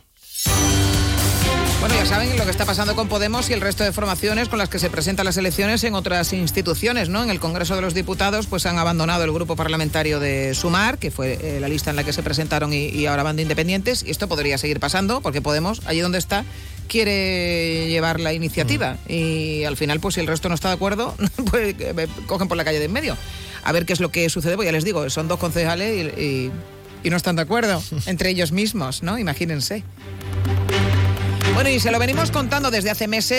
Bueno, ya saben lo que está pasando con Podemos y el resto de formaciones con las que se presentan las elecciones en otras instituciones, ¿no? En el Congreso de los Diputados pues han abandonado el grupo parlamentario de Sumar, que fue eh, la lista en la que se presentaron y, y ahora van de independientes, y esto podría seguir pasando porque Podemos, allí donde está, quiere llevar la iniciativa mm. y al final pues si el resto no está de acuerdo pues cogen por la calle de en medio. A ver qué es lo que sucede, pues ya les digo, son dos concejales y, y, y no están de acuerdo entre ellos mismos, ¿no? Imagínense. Bueno, y se lo venimos contando desde hace meses.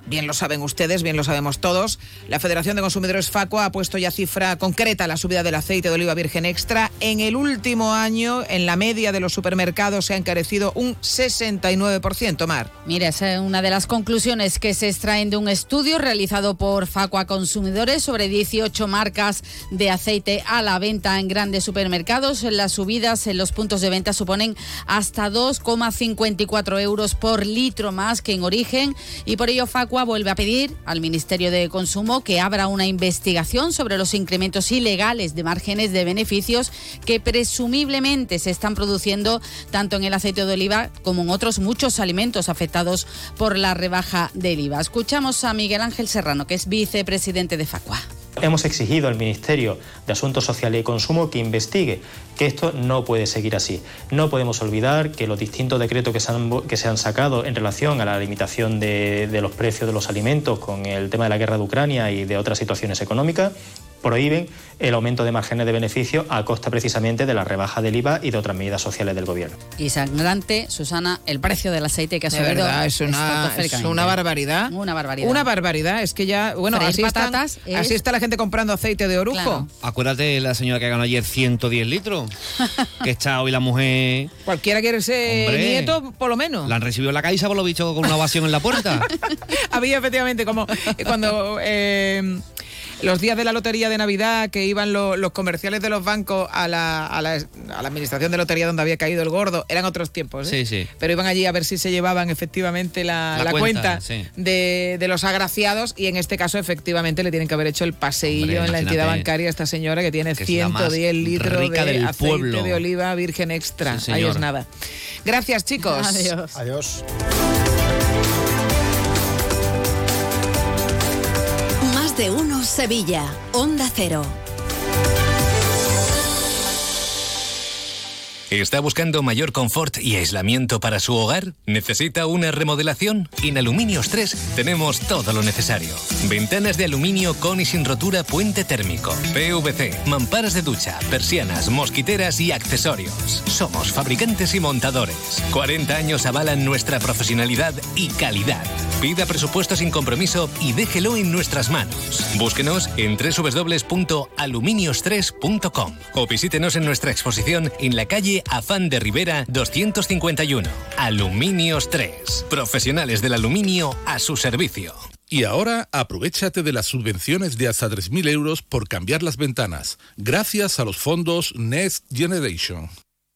bien lo saben ustedes, bien lo sabemos todos. La Federación de Consumidores Facua ha puesto ya cifra concreta a la subida del aceite de oliva virgen extra. En el último año, en la media de los supermercados se ha encarecido un sesenta y nueve por ciento, Mar. Mira, esa es una de las conclusiones que se extraen de un estudio realizado por Facua Consumidores sobre dieciocho marcas de aceite a la venta en grandes supermercados. Las subidas en los puntos de venta suponen hasta dos coma cincuenta y cuatro euros por litro más que en origen, y por ello Facua vuelve a pedir al Ministerio de Consumo que abra una investigación sobre los incrementos ilegales de márgenes de beneficios que presumiblemente se están produciendo tanto en el aceite de oliva como en otros muchos alimentos afectados por la rebaja del I V A. Escuchamos a Miguel Ángel Serrano, que es vicepresidente de Facua. Hemos exigido al Ministerio de Asuntos Sociales y Consumo que investigue, que esto no puede seguir así. No podemos olvidar que los distintos decretos que se han, que se han sacado en relación a la limitación de, de los precios de los alimentos con el tema de la guerra de Ucrania y de otras situaciones económicas prohíben el aumento de márgenes de beneficio a costa precisamente de la rebaja del I V A y de otras medidas sociales del Gobierno. Y sangrante, Susana, el precio del aceite que ha subido. De verdad, es una, es una barbaridad. Una barbaridad. Una barbaridad. Es que ya, bueno, así, patatas están, es... así está la gente comprando aceite de orujo. Claro. Acuérdate de la señora que ganó ayer ciento diez litros, que está hoy la mujer... Cualquiera quiere ser Hombre, nieto, por lo menos. La han recibido en la Caixa, por lo visto, con una ovación en la puerta. Había efectivamente como cuando... Eh, los días de la lotería de Navidad, que iban lo, los comerciales de los bancos a la, a, la, a la administración de lotería donde había caído el gordo, eran otros tiempos, ¿eh? Sí, sí. Pero iban allí a ver si se llevaban efectivamente la, la, la cuenta, cuenta sí. de, de los agraciados, y en este caso efectivamente le tienen que haber hecho el paseillo Hombre, en la entidad bancaria a esta señora que tiene que ciento diez litros de aceite pueblo. de oliva virgen extra. Sí, ahí es nada. Gracias, chicos. Adiós. Adiós. De uno Sevilla, Onda Cero. ¿Está buscando mayor confort y aislamiento para su hogar? ¿Necesita una remodelación? En Aluminios tres tenemos todo lo necesario. Ventanas de aluminio con y sin rotura puente térmico, P V C, mamparas de ducha, persianas, mosquiteras y accesorios. Somos fabricantes y montadores. cuarenta años avalan nuestra profesionalidad y calidad. Pida presupuesto sin compromiso y déjelo en nuestras manos. Búsquenos en doble u doble u doble u punto aluminios tres punto com o visítenos en nuestra exposición en la calle Afán de Rivera doscientos cincuenta y uno. Aluminios tres. Profesionales del aluminio a su servicio. Y ahora aprovéchate de las subvenciones de hasta tres mil euros por cambiar las ventanas, gracias a los fondos Next Generation.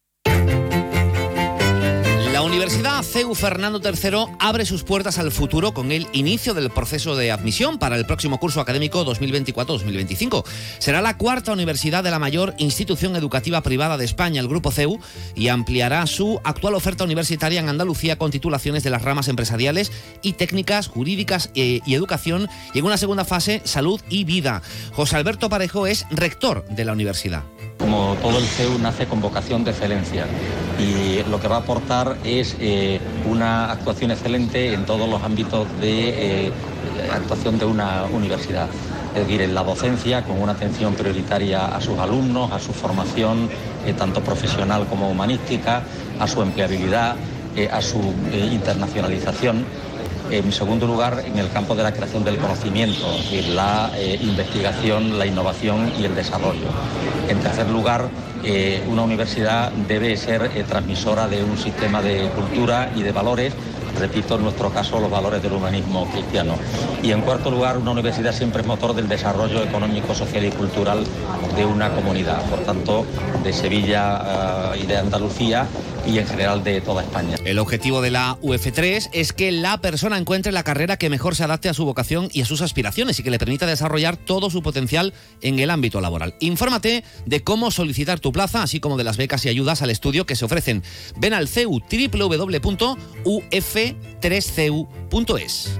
La Universidad C E U Fernando tercero abre sus puertas al futuro con el inicio del proceso de admisión para el próximo curso académico dos mil veinticuatro dos mil veinticinco. Será la cuarta universidad de la mayor institución educativa privada de España, el Grupo C E U, y ampliará su actual oferta universitaria en Andalucía con titulaciones de las ramas empresariales y técnicas, jurídicas eh, y educación, y en una segunda fase, salud y vida. José Alberto Parejo es rector de la universidad. Como todo el C E U nace con vocación de excelencia y lo que va a aportar es eh, una actuación excelente en todos los ámbitos de eh, actuación de una universidad. Es decir, en la docencia, con una atención prioritaria a sus alumnos, a su formación eh, tanto profesional como humanística, a su empleabilidad, eh, a su eh, internacionalización. En segundo lugar, en el campo de la creación del conocimiento, es decir, la eh, investigación, la innovación y el desarrollo. En tercer lugar, eh, una universidad debe ser eh, transmisora de un sistema de cultura y de valores, repito, en nuestro caso, los valores del humanismo cristiano. Y en cuarto lugar, una universidad siempre es motor del desarrollo económico, social y cultural de una comunidad, por tanto, de Sevilla uh, y de Andalucía y en general de toda España. El objetivo de la U F tres es que la persona encuentre la carrera que mejor se adapte a su vocación y a sus aspiraciones y que le permita desarrollar todo su potencial en el ámbito laboral. Infórmate de cómo solicitar tu plaza, así como de las becas y ayudas al estudio que se ofrecen. Ven al C E U, doble u doble u doble u punto u f tres c u punto es.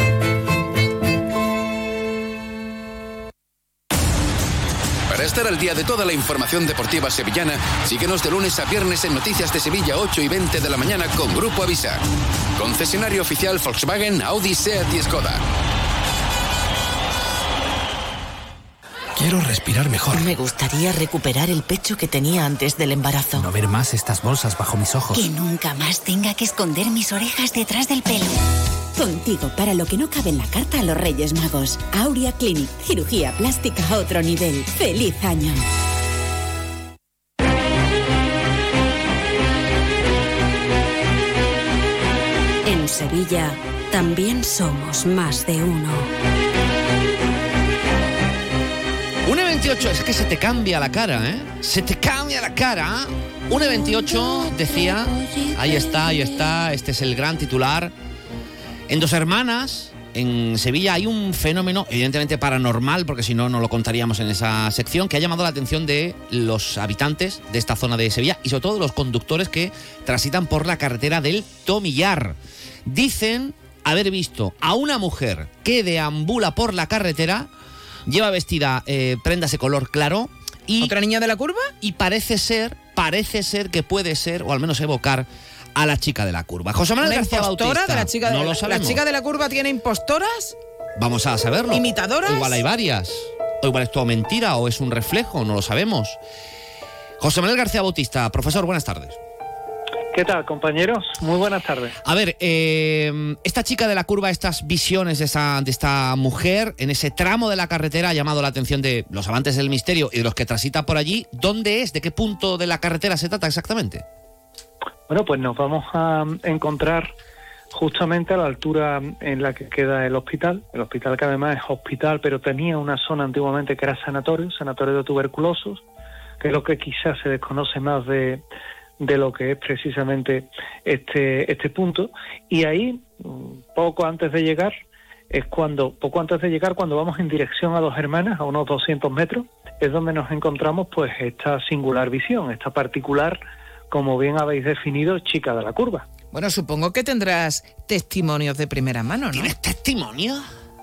Para estar al día de toda la información deportiva sevillana, síguenos de lunes a viernes en Noticias de Sevilla, ocho y veinte de la mañana con Grupo Avisa. Concesionario oficial Volkswagen, Audi, Seat y Skoda. Quiero respirar mejor. Me gustaría recuperar el pecho que tenía antes del embarazo. No ver más estas bolsas bajo mis ojos. Que nunca más tenga que esconder mis orejas detrás del pelo. Contigo para lo que no cabe en la carta a los Reyes Magos. Aurea Clinic, cirugía plástica a otro nivel. ¡Feliz año! En Sevilla también somos más de uno. una y veintiocho, es que se te cambia la cara, ¿eh? Se te cambia la cara. una y veintiocho decía, ahí está, ahí está, este es el gran titular. En Dos Hermanas, en Sevilla, hay un fenómeno, evidentemente paranormal, porque si no, no lo contaríamos en esa sección, que ha llamado la atención de los habitantes de esta zona de Sevilla y sobre todo de los conductores que transitan por la carretera del Tomillar. Dicen haber visto a una mujer que deambula por la carretera, lleva vestida eh, prendas de color claro y... ¿Otra niña de la curva? Y parece ser, parece ser que puede ser, o al menos evocar, a la chica de la curva. José Manuel García Bautista. De la chica de, no lo sabemos. ¿La chica de la curva tiene impostoras? Vamos a saberlo. ¿Imitadoras? O igual hay varias. O igual es todo mentira o es un reflejo, no lo sabemos. José Manuel García Bautista, profesor, buenas tardes. ¿Qué tal, compañeros? Muy buenas tardes. A ver, eh, esta chica de la curva, estas visiones de, esa, de esta mujer en ese tramo de la carretera ha llamado la atención de los amantes del misterio y de los que transitan por allí. ¿Dónde es? ¿De qué punto de la carretera se trata exactamente? Bueno, pues nos vamos a encontrar justamente a la altura en la que queda el hospital. El hospital que además es hospital, pero tenía una zona antiguamente que era sanatorio, sanatorio de tuberculosos, que es lo que quizás se desconoce más de... de lo que es precisamente este este punto, y ahí poco antes de llegar es cuando poco antes de llegar cuando vamos en dirección a Dos Hermanas, a unos doscientos metros, es donde nos encontramos pues esta singular visión, esta particular, como bien habéis definido, chica de la curva. Bueno, supongo que tendrás testimonios de primera mano, ¿no? ¿Tienes testimonios?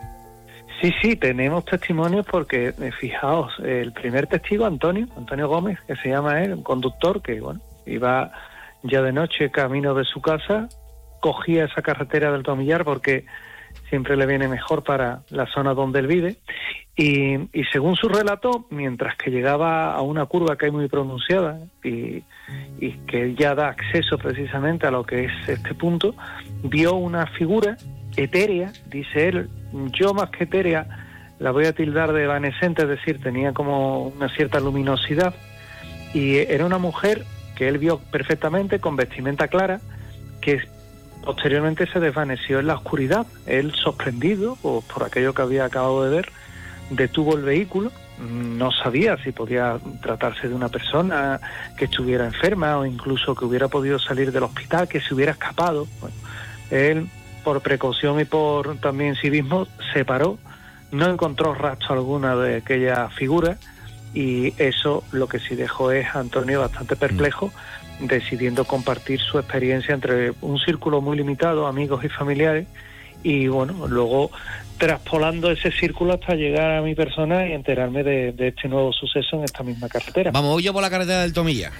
Sí, sí, tenemos testimonios porque, eh, fijaos, el primer testigo, Antonio, Antonio Gómez, que se llama él, un conductor que, bueno, iba ya de noche camino de su casa, cogía esa carretera del Tomillar porque siempre le viene mejor para la zona donde él vive, y, y según su relato, mientras que llegaba a una curva que hay muy pronunciada y, y que ya da acceso precisamente a lo que es este punto, vio una figura etérea, dice él, yo más que etérea la voy a tildar de evanescente, es decir, tenía como una cierta luminosidad, y era una mujer que él vio perfectamente con vestimenta clara, que posteriormente se desvaneció en la oscuridad. Él, sorprendido por, por aquello que había acabado de ver, detuvo el vehículo, no sabía si podía tratarse de una persona que estuviera enferma o incluso que hubiera podido salir del hospital, que se hubiera escapado. Bueno, él, por precaución y por también civismo, se paró, no encontró rastro alguna de aquella figura, y eso lo que sí dejó es a Antonio bastante perplejo, decidiendo compartir su experiencia entre un círculo muy limitado, amigos y familiares, y bueno, luego traspolando ese círculo hasta llegar a mi persona y enterarme de, de este nuevo suceso en esta misma carretera. Vamos, voy yo por la carretera del Tomillar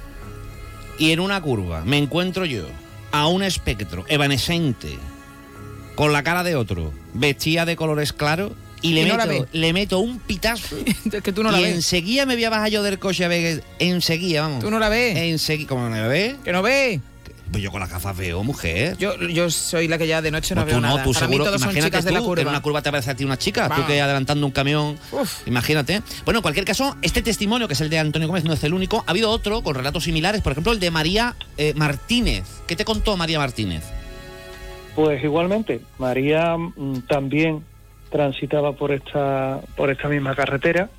y en una curva me encuentro yo a un espectro evanescente con la cara de otro, vestida de colores claros, y le, y no meto, le meto un pitazo es que tú no la y ves. Enseguida me voy a bajar yo del coche a ver, enseguida, vamos. ¿Tú no la ves? Enseguida, ¿cómo no la ves? ¿Que no ves? Pues yo con las gafas veo, mujer. Yo, yo soy la que ya de noche no, no veo tú no, nada. Tú Para seguro, mí todos son chicas tú, de la curva. En una curva te aparece a ti una chica, Va. Tú que adelantando un camión. Uf. Imagínate. Bueno, en cualquier caso, este testimonio, que es el de Antonio Gómez, no es el único. Ha habido otro con relatos similares, por ejemplo, el de María eh, Martínez. ¿Qué te contó María Martínez? Pues igualmente, María mm, también transitaba por esta por esta misma carretera,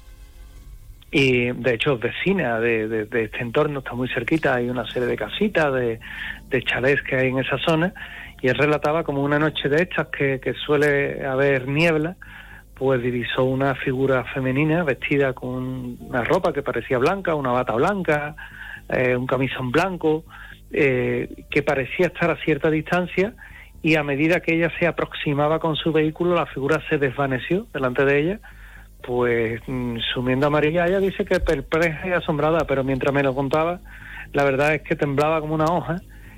y de hecho es vecina de, de, de este entorno, está muy cerquita, hay una serie de casitas, de, de chalés que hay en esa zona, y él relataba como una noche de estas que, que suele haber niebla, pues divisó una figura femenina vestida con una ropa que parecía blanca, una bata blanca, eh, un camisón blanco, eh, que parecía estar a cierta distancia, y a medida que ella se aproximaba con su vehículo, la figura se desvaneció delante de ella. Pues sumiendo a María, ella dice que perpleja y asombrada, pero mientras me lo contaba, la verdad es que temblaba como una hoja,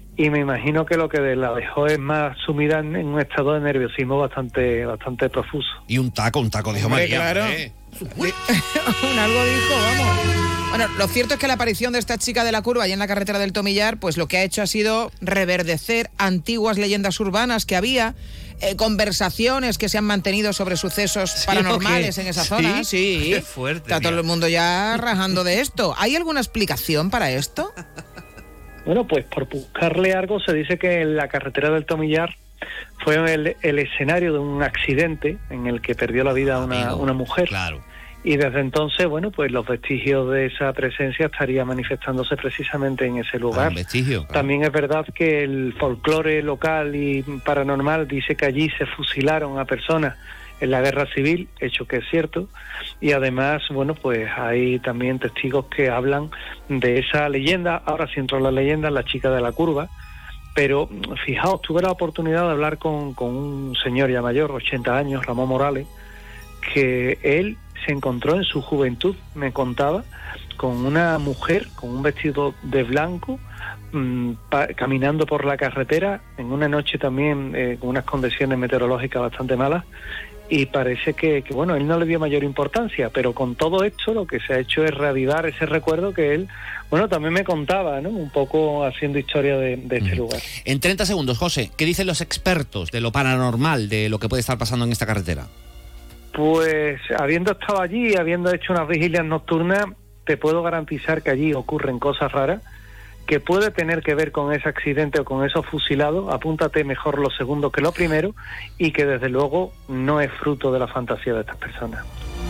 y me imagino que lo que la dejó es más sumida en, en un estado de nerviosismo bastante bastante profuso. Y un taco, un taco, dijo Hombre, María. claro. ¿eh? Un algo dijo, vamos. Bueno, lo cierto es que la aparición de esta chica de la curva allá en la carretera del Tomillar, pues lo que ha hecho ha sido reverdecer antiguas leyendas urbanas que había, eh, conversaciones que se han mantenido sobre sucesos ¿Sí, paranormales o qué? en esa ¿Sí? zona. Sí, Qué fuerte, está todo mira. el mundo ya rajando de esto. ¿Hay alguna explicación para esto? Bueno, pues por buscarle algo, se dice que la carretera del Tomillar fue el, el escenario de un accidente en el que perdió la vida una, una mujer. Claro. Y desde entonces, bueno, pues los vestigios de esa presencia estaría manifestándose precisamente en ese lugar. Ah, un vestigio, claro. También es verdad que el folclore local y paranormal dice que allí se fusilaron a personas en la guerra civil, hecho que es cierto, y además, bueno, pues hay también testigos que hablan de esa leyenda. Ahora sí entró la leyenda, la chica de la curva, pero fijaos, tuve la oportunidad de hablar con, con un señor ya mayor, ochenta años, Ramón Morales, que él se encontró en su juventud, me contaba, con una mujer con un vestido de blanco, mmm, pa- caminando por la carretera en una noche también eh, con unas condiciones meteorológicas bastante malas, y parece que, que, bueno, él no le dio mayor importancia, pero con todo esto lo que se ha hecho es reavivar ese recuerdo que él, bueno, también me contaba, ¿no? Un poco haciendo historia de, de este lugar. En treinta segundos, José, ¿qué dicen los expertos de lo paranormal, de lo que puede estar pasando en esta carretera? Pues habiendo estado allí, habiendo hecho unas vigilias nocturnas, te puedo garantizar que allí ocurren cosas raras que puede tener que ver con ese accidente o con esos fusilados. Apúntate mejor lo segundo que lo primero, y que desde luego no es fruto de la fantasía de estas personas.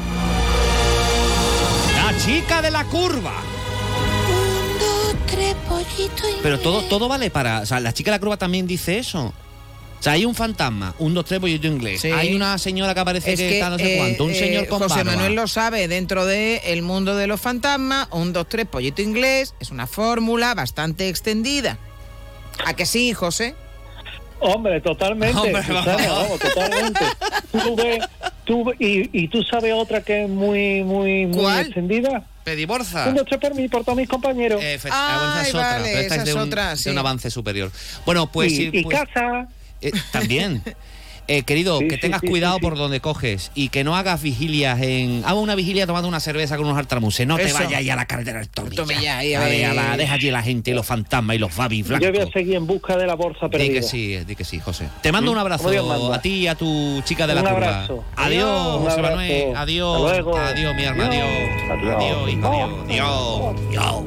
La chica de la curva. Un, dos, tres, pollito y... Pero todo, todo vale para... O sea, la chica de la curva también dice eso. O sea, hay un fantasma, un, dos, tres, pollito inglés. Sí. Hay una señora que aparece Es que, que, está no sé eh, cuánto, un eh, señor con José barba. Manuel lo sabe, dentro del mundo de los fantasmas, un, dos, tres, pollito inglés, es una fórmula bastante extendida. ¿A que sí, José? Hombre, totalmente, Hombre, Susana, vamos. vamos, totalmente. Tú ves, tú, ve- y, y tú sabes otra que es muy, muy, muy ¿Cuál? extendida. Pediborza. Un, dos, tres por mí, por todos mis compañeros. Efe- ah, bueno, esa es Ay, otra, vale, pero esta esa es de es un, otra, de sí. un avance superior. Bueno, pues... y, sí, y pues, casa. eh, también. Eh, querido, Sí, que sí, tengas sí, cuidado sí, sí. por donde coges y que no hagas vigilias en... Haga una vigilia tomando una cerveza con unos altramuses. No te Eso. vayas ahí a la carretera del Tomillar. Tomillar, ahí, A ver, a la- ahí. deja allí la gente, los fantasmas y los babis blancos. Yo voy a seguir en busca de la bolsa Di perdida. que sí, di que sí, José. Te mando un abrazo Como Dios manda. a ti y a tu chica de la Un curva. abrazo. Adiós, Un José abrazo. Manuel. Adiós. Hasta luego. Adiós, mi hermano. Adiós. Adiós. Adiós, hijo, adiós. Adiós. Adiós.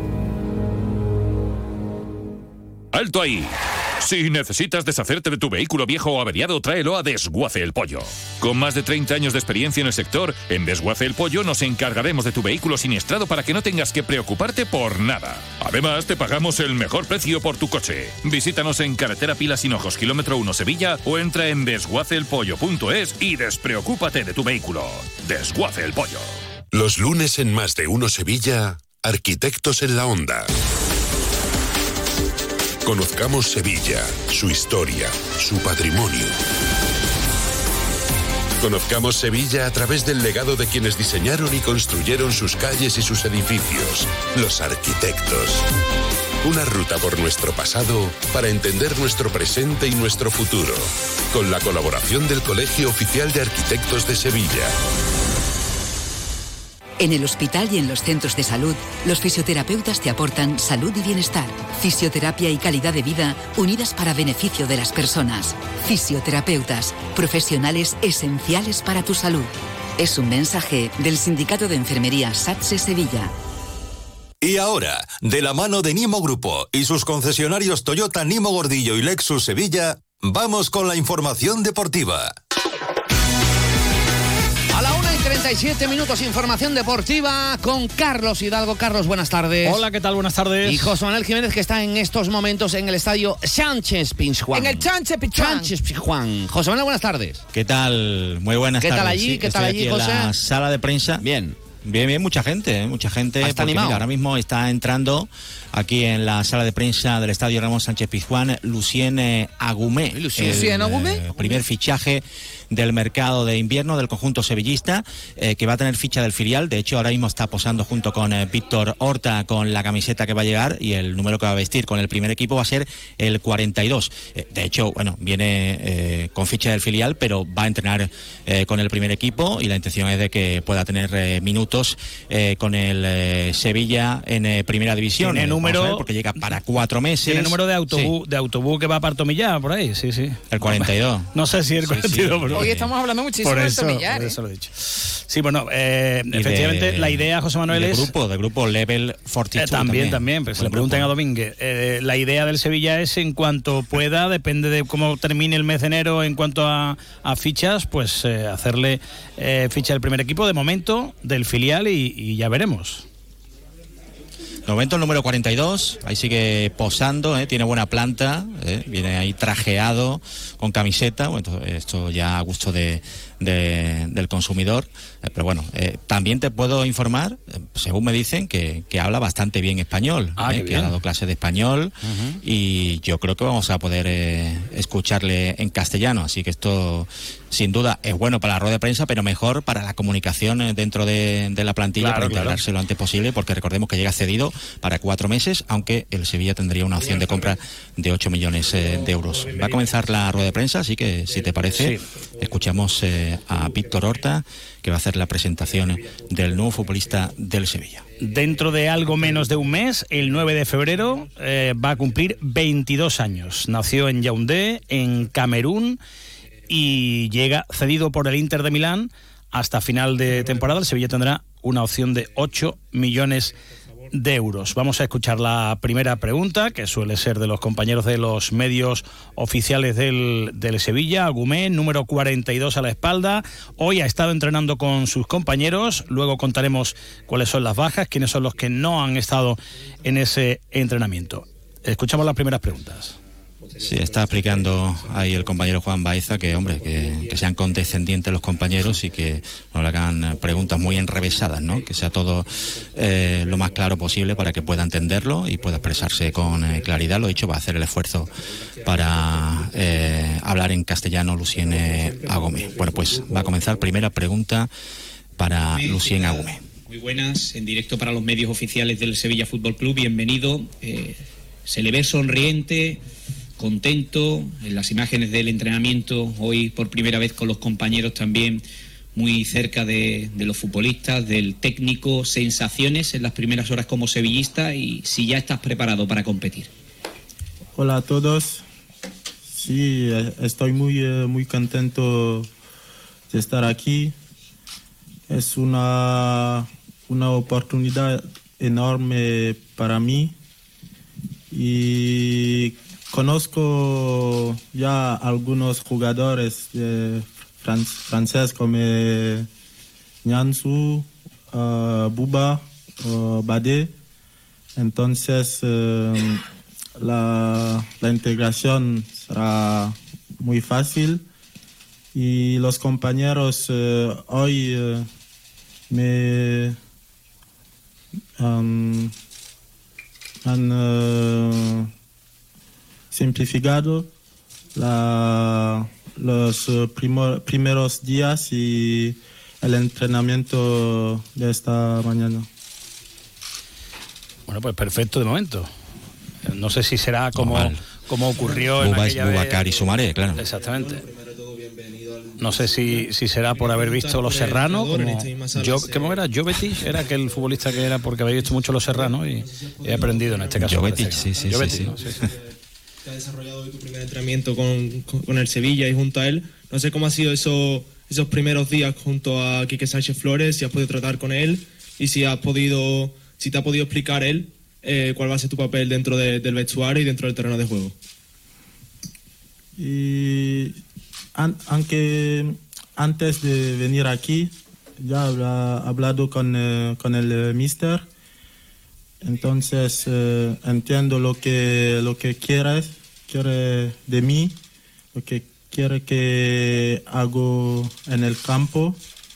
¡Alto ahí! Si necesitas deshacerte de tu vehículo viejo o averiado, tráelo a Desguace el Pollo. Con más de treinta años de experiencia en el sector, en Desguace el Pollo nos encargaremos de tu vehículo siniestrado para que no tengas que preocuparte por nada. Además, te pagamos el mejor precio por tu coche. Visítanos en Carretera Pilas Hinojos, kilómetro uno, Sevilla, o entra en desguace el pollo punto es y despreocúpate de tu vehículo. Desguace el Pollo. Los lunes en Más de Uno Sevilla, Arquitectos en la Onda. Conozcamos Sevilla, su historia, su patrimonio. Conozcamos Sevilla a través del legado de quienes diseñaron y construyeron sus calles y sus edificios, los arquitectos. Una ruta por nuestro pasado para entender nuestro presente y nuestro futuro, con la colaboración del Colegio Oficial de Arquitectos de Sevilla. En el hospital y en los centros de salud, los fisioterapeutas te aportan salud y bienestar, fisioterapia y calidad de vida unidas para beneficio de las personas. Fisioterapeutas, profesionales esenciales para tu salud. Es un mensaje del Sindicato de Enfermería SATSE Sevilla. Y ahora, de la mano de Nimo Grupo y sus concesionarios Toyota Nimo Gordillo y Lexus Sevilla, vamos con la información deportiva. A la una y treinta y siete minutos, información deportiva con Carlos Hidalgo. Carlos, buenas tardes. Hola, ¿qué tal? Buenas tardes. Y José Manuel Jiménez, que está en estos momentos en el estadio Sánchez Pizjuán. En el Sánchez Pizjuán. Sánchez Pizjuán. José Manuel, buenas tardes. ¿Qué tal? Muy buenas ¿Qué tardes. tal allí? Sí, ¿Qué tal estoy allí, aquí en José? la sala de prensa. Bien. Bien, bien, mucha gente, ¿eh? mucha gente. ¿Está Porque, animado? mira, ahora mismo está entrando aquí en la sala de prensa del estadio Ramón Sánchez Pizjuán Lucien Agumé. Lucien. el, ¿Lucien Agumé? eh, primer fichaje del mercado de invierno del conjunto sevillista, eh, que va a tener ficha del filial. De hecho, ahora mismo está posando junto con eh, Víctor Horta con la camiseta que va a llegar, y el número que va a vestir con el primer equipo va a ser el cuarenta y dos. Eh, de hecho, bueno, viene eh, con ficha del filial, pero va a entrenar eh, con el primer equipo, y la intención es de que pueda tener eh, minutos eh, con el eh, Sevilla en eh, primera división. Tiene número, ver, porque llega para cuatro meses. Tiene número de autobús, sí. de autobús que va a Partomillar, por ahí, sí, sí. El cuarenta y dos. No sé si el cuarenta y dos. Sí, sí. Pero... Hoy estamos hablando muchísimo por de eso, Partomillar. Por ¿eh? eso lo he dicho. Sí, bueno, eh, efectivamente, de, la idea, José Manuel, de es... grupo, de grupo Level Fortitude. Eh, también, también, también, pero se le pregunten a Domínguez. Eh, la idea del Sevilla es, en cuanto pueda, depende de cómo termine el mes de enero en cuanto a, a fichas, pues eh, hacerle eh, ficha del primer equipo, de momento, del filial, y, y ya veremos. De momento el número cuarenta y dos, ahí sigue posando, ¿eh? Tiene buena planta, ¿eh? Viene ahí trajeado con camiseta. Bueno, esto ya a gusto de, de, del consumidor, eh, pero bueno, eh, también te puedo informar, eh, según me dicen, que, que habla bastante bien español, ah, eh, que ha dado clase de español, uh-huh. y yo creo que vamos a poder eh, escucharle en castellano, así que esto sin duda es bueno para la rueda de prensa, pero mejor para la comunicación dentro de, de la plantilla, claro, para integrarse claro. lo antes posible, porque recordemos que llega cedido para cuatro meses, aunque el Sevilla tendría una opción de compra de ocho millones eh, de euros. Va a comenzar la rueda de prensa, así que si te parece, sí. escuchamos eh, a Víctor Horta, que va a hacer la presentación del nuevo futbolista del Sevilla. Dentro de algo menos de un mes, el nueve de febrero, eh, va a cumplir veintidós años. Nació en Yaoundé, en Camerún, y llega cedido por el Inter de Milán hasta final de temporada. El Sevilla tendrá una opción de ocho millones de euros. Vamos a escuchar la primera pregunta, que suele ser de los compañeros de los medios oficiales del, del Sevilla. Agumé, número cuarenta y dos a la espalda. Hoy ha estado entrenando con sus compañeros. Luego contaremos cuáles son las bajas, quiénes son los que no han estado en ese entrenamiento. Escuchamos las primeras preguntas. Sí, está explicando ahí el compañero Juan Baeza que, hombre, que, que sean condescendientes los compañeros y que no le hagan preguntas muy enrevesadas, ¿no? Que sea todo eh, lo más claro posible para que pueda entenderlo y pueda expresarse con eh, claridad. Lo dicho, va a hacer el esfuerzo para eh, hablar en castellano Lucien Agumé. Bueno, pues va a comenzar. Primera pregunta para Lucien Agumé. Muy buenas, en directo para los medios oficiales del Sevilla Fútbol Club. Bienvenido. Eh, se le ve sonriente, contento, en las imágenes del entrenamiento, hoy por primera vez con los compañeros también muy cerca de, de los futbolistas, del técnico. Sensaciones en las primeras horas como sevillista, y si ya estás preparado para competir. Hola a todos. Sí, estoy muy, muy contento de estar aquí. Es una, una oportunidad enorme para mí, y conozco ya algunos jugadores de fran- francés como Nianzou, uh, Buba, uh, Badé. Entonces uh, la, la integración será muy fácil, y los compañeros uh, hoy uh, me um, han uh, simplificado la, los primo, primeros días y el entrenamiento de esta mañana. Bueno, pues perfecto de momento. No sé si será como, como ocurrió en aquella vez. Boubacar y Soumaré, claro. Exactamente. No sé si, si será por haber visto Los Serranos, como yo, ¿cómo era? Jovetic era aquel futbolista que era porque había visto mucho Los Serranos y he aprendido en este caso. Jovetic, sí, sí, Jovetic, sí, ¿no? sí. sí, sí. Te has desarrollado hoy tu primer entrenamiento con, con, con el Sevilla y junto a él. No sé cómo ha sido eso, esos primeros días junto a Quique Sánchez Flores, si has podido tratar con él y si has podido, si te ha podido explicar él eh, cuál va a ser tu papel dentro de, del vestuario y dentro del terreno de juego. Y an, aunque antes de venir aquí ya había hablado con, eh, con el eh, mister, entonces eh, entiendo lo que lo que quiere, quiere de mí, lo que quiere que hago en el campo,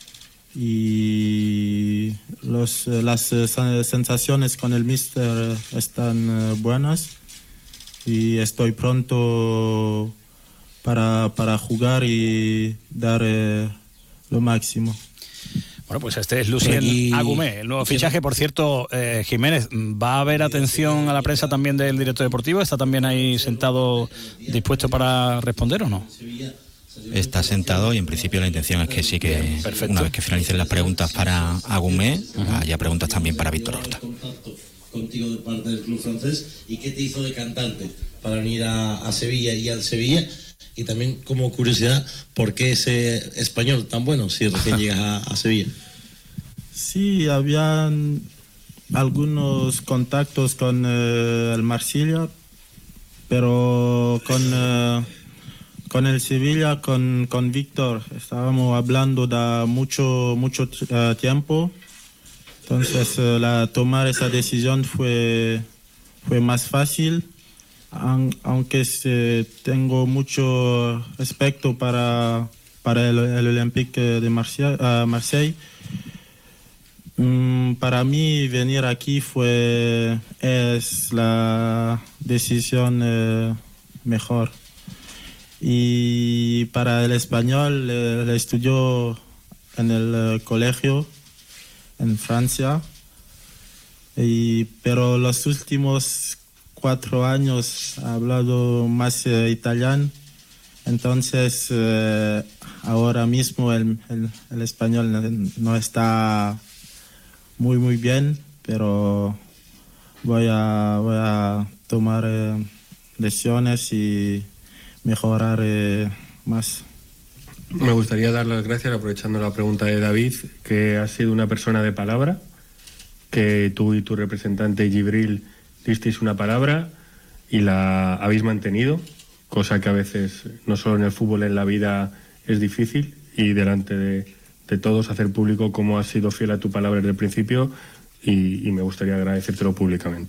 y los, las sensaciones con el mister están buenas, y estoy pronto para, para jugar y dar eh, lo máximo. Bueno, pues este es Lucien y... Agumé, el nuevo fichaje. Por cierto, eh, Jiménez, ¿va a haber atención a la prensa también del director deportivo? ¿Está también ahí sentado dispuesto para responder o no? Está sentado y en principio la intención es que sí que Perfecto. Una vez que finalicen las preguntas para Agumé, uh-huh. haya preguntas también para Víctor Horta. Contigo de parte del club francés, ¿y qué te hizo de cantante para venir a, a Sevilla y al Sevilla? Y también, como curiosidad, ¿por qué ese español tan bueno si recién llegas a, a Sevilla? Sí, habían algunos contactos con eh, el Marsella, pero con, eh, con el Sevilla, con, con Víctor, estábamos hablando de mucho, mucho uh, tiempo. Entonces, uh, la, tomar esa decisión fue, fue más fácil. Aunque se, tengo mucho respeto para, para el, el Olympique de Marseille, uh, Marseille. Um, para mí venir aquí fue es la decisión uh, mejor. Y para el español, eh, le estudió en el uh, colegio en Francia, y, pero los últimos cuatro años he hablado más eh, italiano, entonces eh, ahora mismo el, el, el español no, no está muy muy bien, pero voy a, voy a tomar eh, lecciones y mejorar eh, más. Me gustaría dar las gracias, aprovechando la pregunta de David, que has sido una persona de palabra, que tú y tu representante Gibril disteis una palabra y la habéis mantenido, cosa que a veces, no solo en el fútbol, en la vida es difícil, y delante de, de todos hacer público cómo has sido fiel a tu palabra desde el principio, y, y me gustaría agradecértelo públicamente.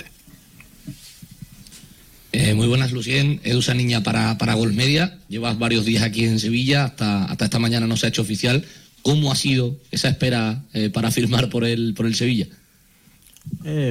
Eh, muy buenas, Lucien. Edu Saniña para, para Gol Media. Llevas varios días aquí en Sevilla, hasta, hasta esta mañana no se ha hecho oficial. ¿Cómo ha sido esa espera eh, para firmar por el, por el Sevilla? Eh,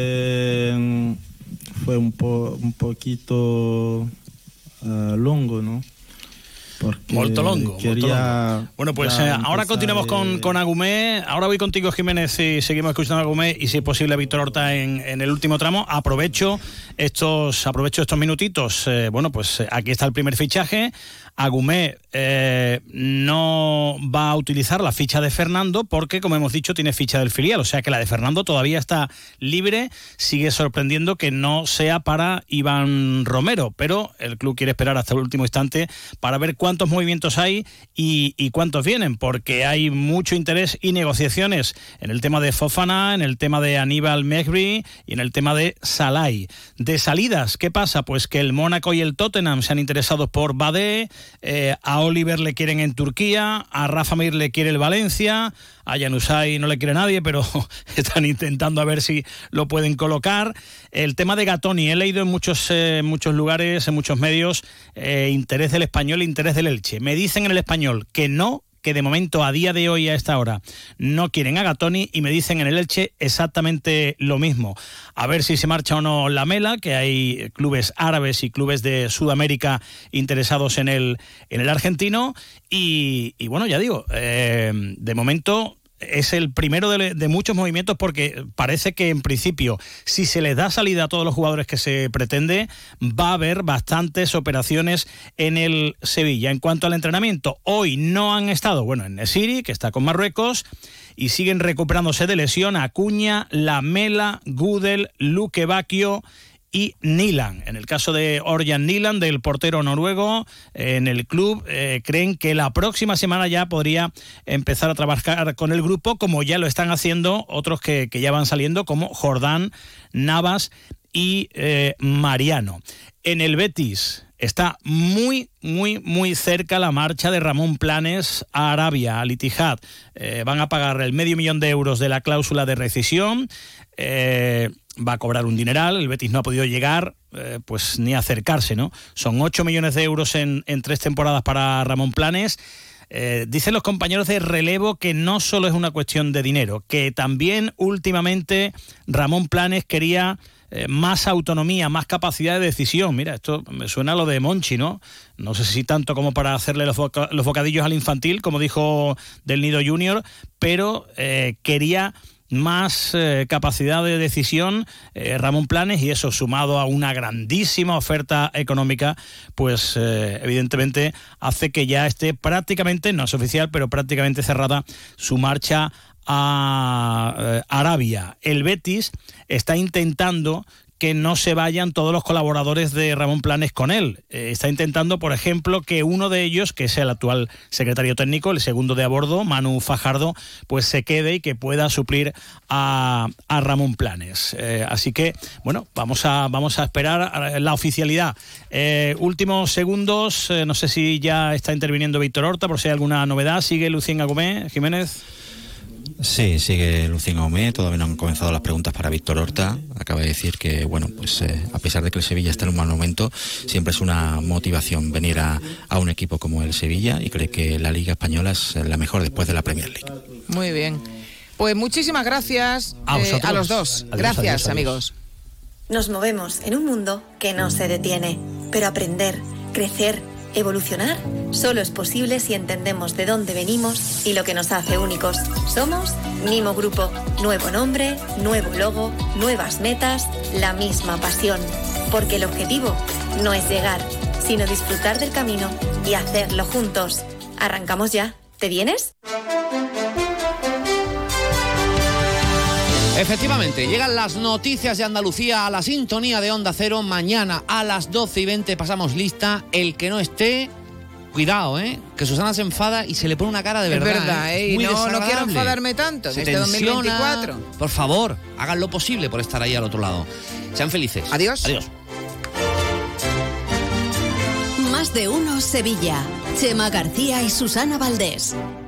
fue, fue un, po, un poquito uh, longo, ¿no? Porque molto longo, quería molto longo. Bueno, pues eh, ahora continuamos con, con Agumé. Ahora voy contigo, Jiménez, y seguimos escuchando a Agumé y, si es posible, a Víctor Horta en, en el último tramo. Aprovecho estos, aprovecho estos minutitos. Eh, bueno, pues aquí está el primer fichaje. Agumé eh, no va a utilizar la ficha de Fernando porque, como hemos dicho, tiene ficha del filial, o sea que la de Fernando todavía está libre. Sigue sorprendiendo que no sea para Iván Romero, pero el club quiere esperar hasta el último instante para ver cuántos movimientos hay y, y cuántos vienen, porque hay mucho interés y negociaciones en el tema de Fofana, en el tema de Aníbal Mejbri y en el tema de Salai. De salidas, ¿qué pasa? Pues que el Mónaco y el Tottenham se han interesado por Badé. Eh, a Oliver le quieren en Turquía, a Rafa Mir le quiere el Valencia, a Januzaj no le quiere nadie, pero están intentando a ver si lo pueden colocar. El tema de Gatoni, he leído en muchos, eh, muchos lugares, en muchos medios, eh, interés del Español, interés del Elche. Me dicen en el Español que no, que de momento, a día de hoy, a esta hora, no quieren a Gatoni, y me dicen en el Elche exactamente lo mismo. A ver si se marcha o no Lamela, que hay clubes árabes y clubes de Sudamérica interesados en el, en el argentino, y, y bueno, ya digo, eh, de momento es el primero de, de muchos movimientos, porque parece que en principio, si se les da salida a todos los jugadores que se pretende, va a haber bastantes operaciones en el Sevilla. En cuanto al entrenamiento, hoy no han estado, bueno, en Nesiri, que está con Marruecos, y siguen recuperándose de lesión Acuña, Lamela, Gudel, Luque Bacchio y Nilan. En el caso de Orjan Nilan, del portero noruego, en el club eh, creen que la próxima semana ya podría empezar a trabajar con el grupo, como ya lo están haciendo otros que, que ya van saliendo, como Jordán, Navas y eh, Mariano. En el Betis está muy, muy, muy cerca la marcha de Ramón Planes a Arabia, al Ittihad. Eh, van a pagar el medio millón de euros de la cláusula de rescisión. Eh, va a cobrar un dineral. El Betis no ha podido llegar eh, pues ni acercarse, ¿no? Son ocho millones de euros en, en tres temporadas para Ramón Planes. Eh, dicen los compañeros de relevo que no solo es una cuestión de dinero, que también últimamente Ramón Planes quería eh, más autonomía, más capacidad de decisión. Mira, esto me suena a lo de Monchi, ¿no? No sé si tanto como para hacerle los, boca, los bocadillos al infantil, como dijo Del Nido Junior, pero eh, quería más eh, capacidad de decisión eh, Ramón Planes, y eso sumado a una grandísima oferta económica, pues eh, evidentemente hace que ya esté prácticamente, no es oficial, pero prácticamente cerrada su marcha a eh, Arabia. El Betis está intentando que no se vayan todos los colaboradores de Ramón Planes con él. Eh, está intentando, por ejemplo, que uno de ellos, que es el actual secretario técnico, el segundo de a bordo, Manu Fajardo, pues se quede y que pueda suplir a, a Ramón Planes. Eh, así que, bueno, vamos a, vamos a esperar la oficialidad. Eh, últimos segundos, eh, no sé si ya está interviniendo Víctor Horta, por si hay alguna novedad. ¿Sigue Lucien Agumé, Jiménez? Sí, sigue Lucien Aumé, todavía no han comenzado las preguntas para Víctor Horta. Acaba de decir que, bueno, pues eh, a pesar de que el Sevilla está en un mal momento, siempre es una motivación venir a, a un equipo como el Sevilla, y cree que la Liga Española es la mejor después de la Premier League. Muy bien. Pues muchísimas gracias a, eh, a los dos. Adiós, gracias, adiós, adiós. amigos. Nos movemos en un mundo que no se detiene, pero aprender, crecer, evolucionar solo es posible si entendemos de dónde venimos y lo que nos hace únicos. Somos Nimo Grupo. Nuevo nombre, nuevo logo, nuevas metas, la misma pasión. Porque el objetivo no es llegar, sino disfrutar del camino y hacerlo juntos. Arrancamos ya. ¿Te vienes? Efectivamente, llegan las noticias de Andalucía a la sintonía de Onda Cero. Mañana a las doce y veinte pasamos lista. El que no esté, cuidado, ¿eh? Que Susana se enfada y se le pone una cara de verdad. Es verdad, ¿eh? Y Muy no, no quiero desagradable. enfadarme tanto en Se este dos mil veinticuatro. tensiona. Por favor, hagan lo posible por estar ahí al otro lado. Sean felices. Adiós. Adiós. Más de uno Sevilla. Chema García y Susana Valdés.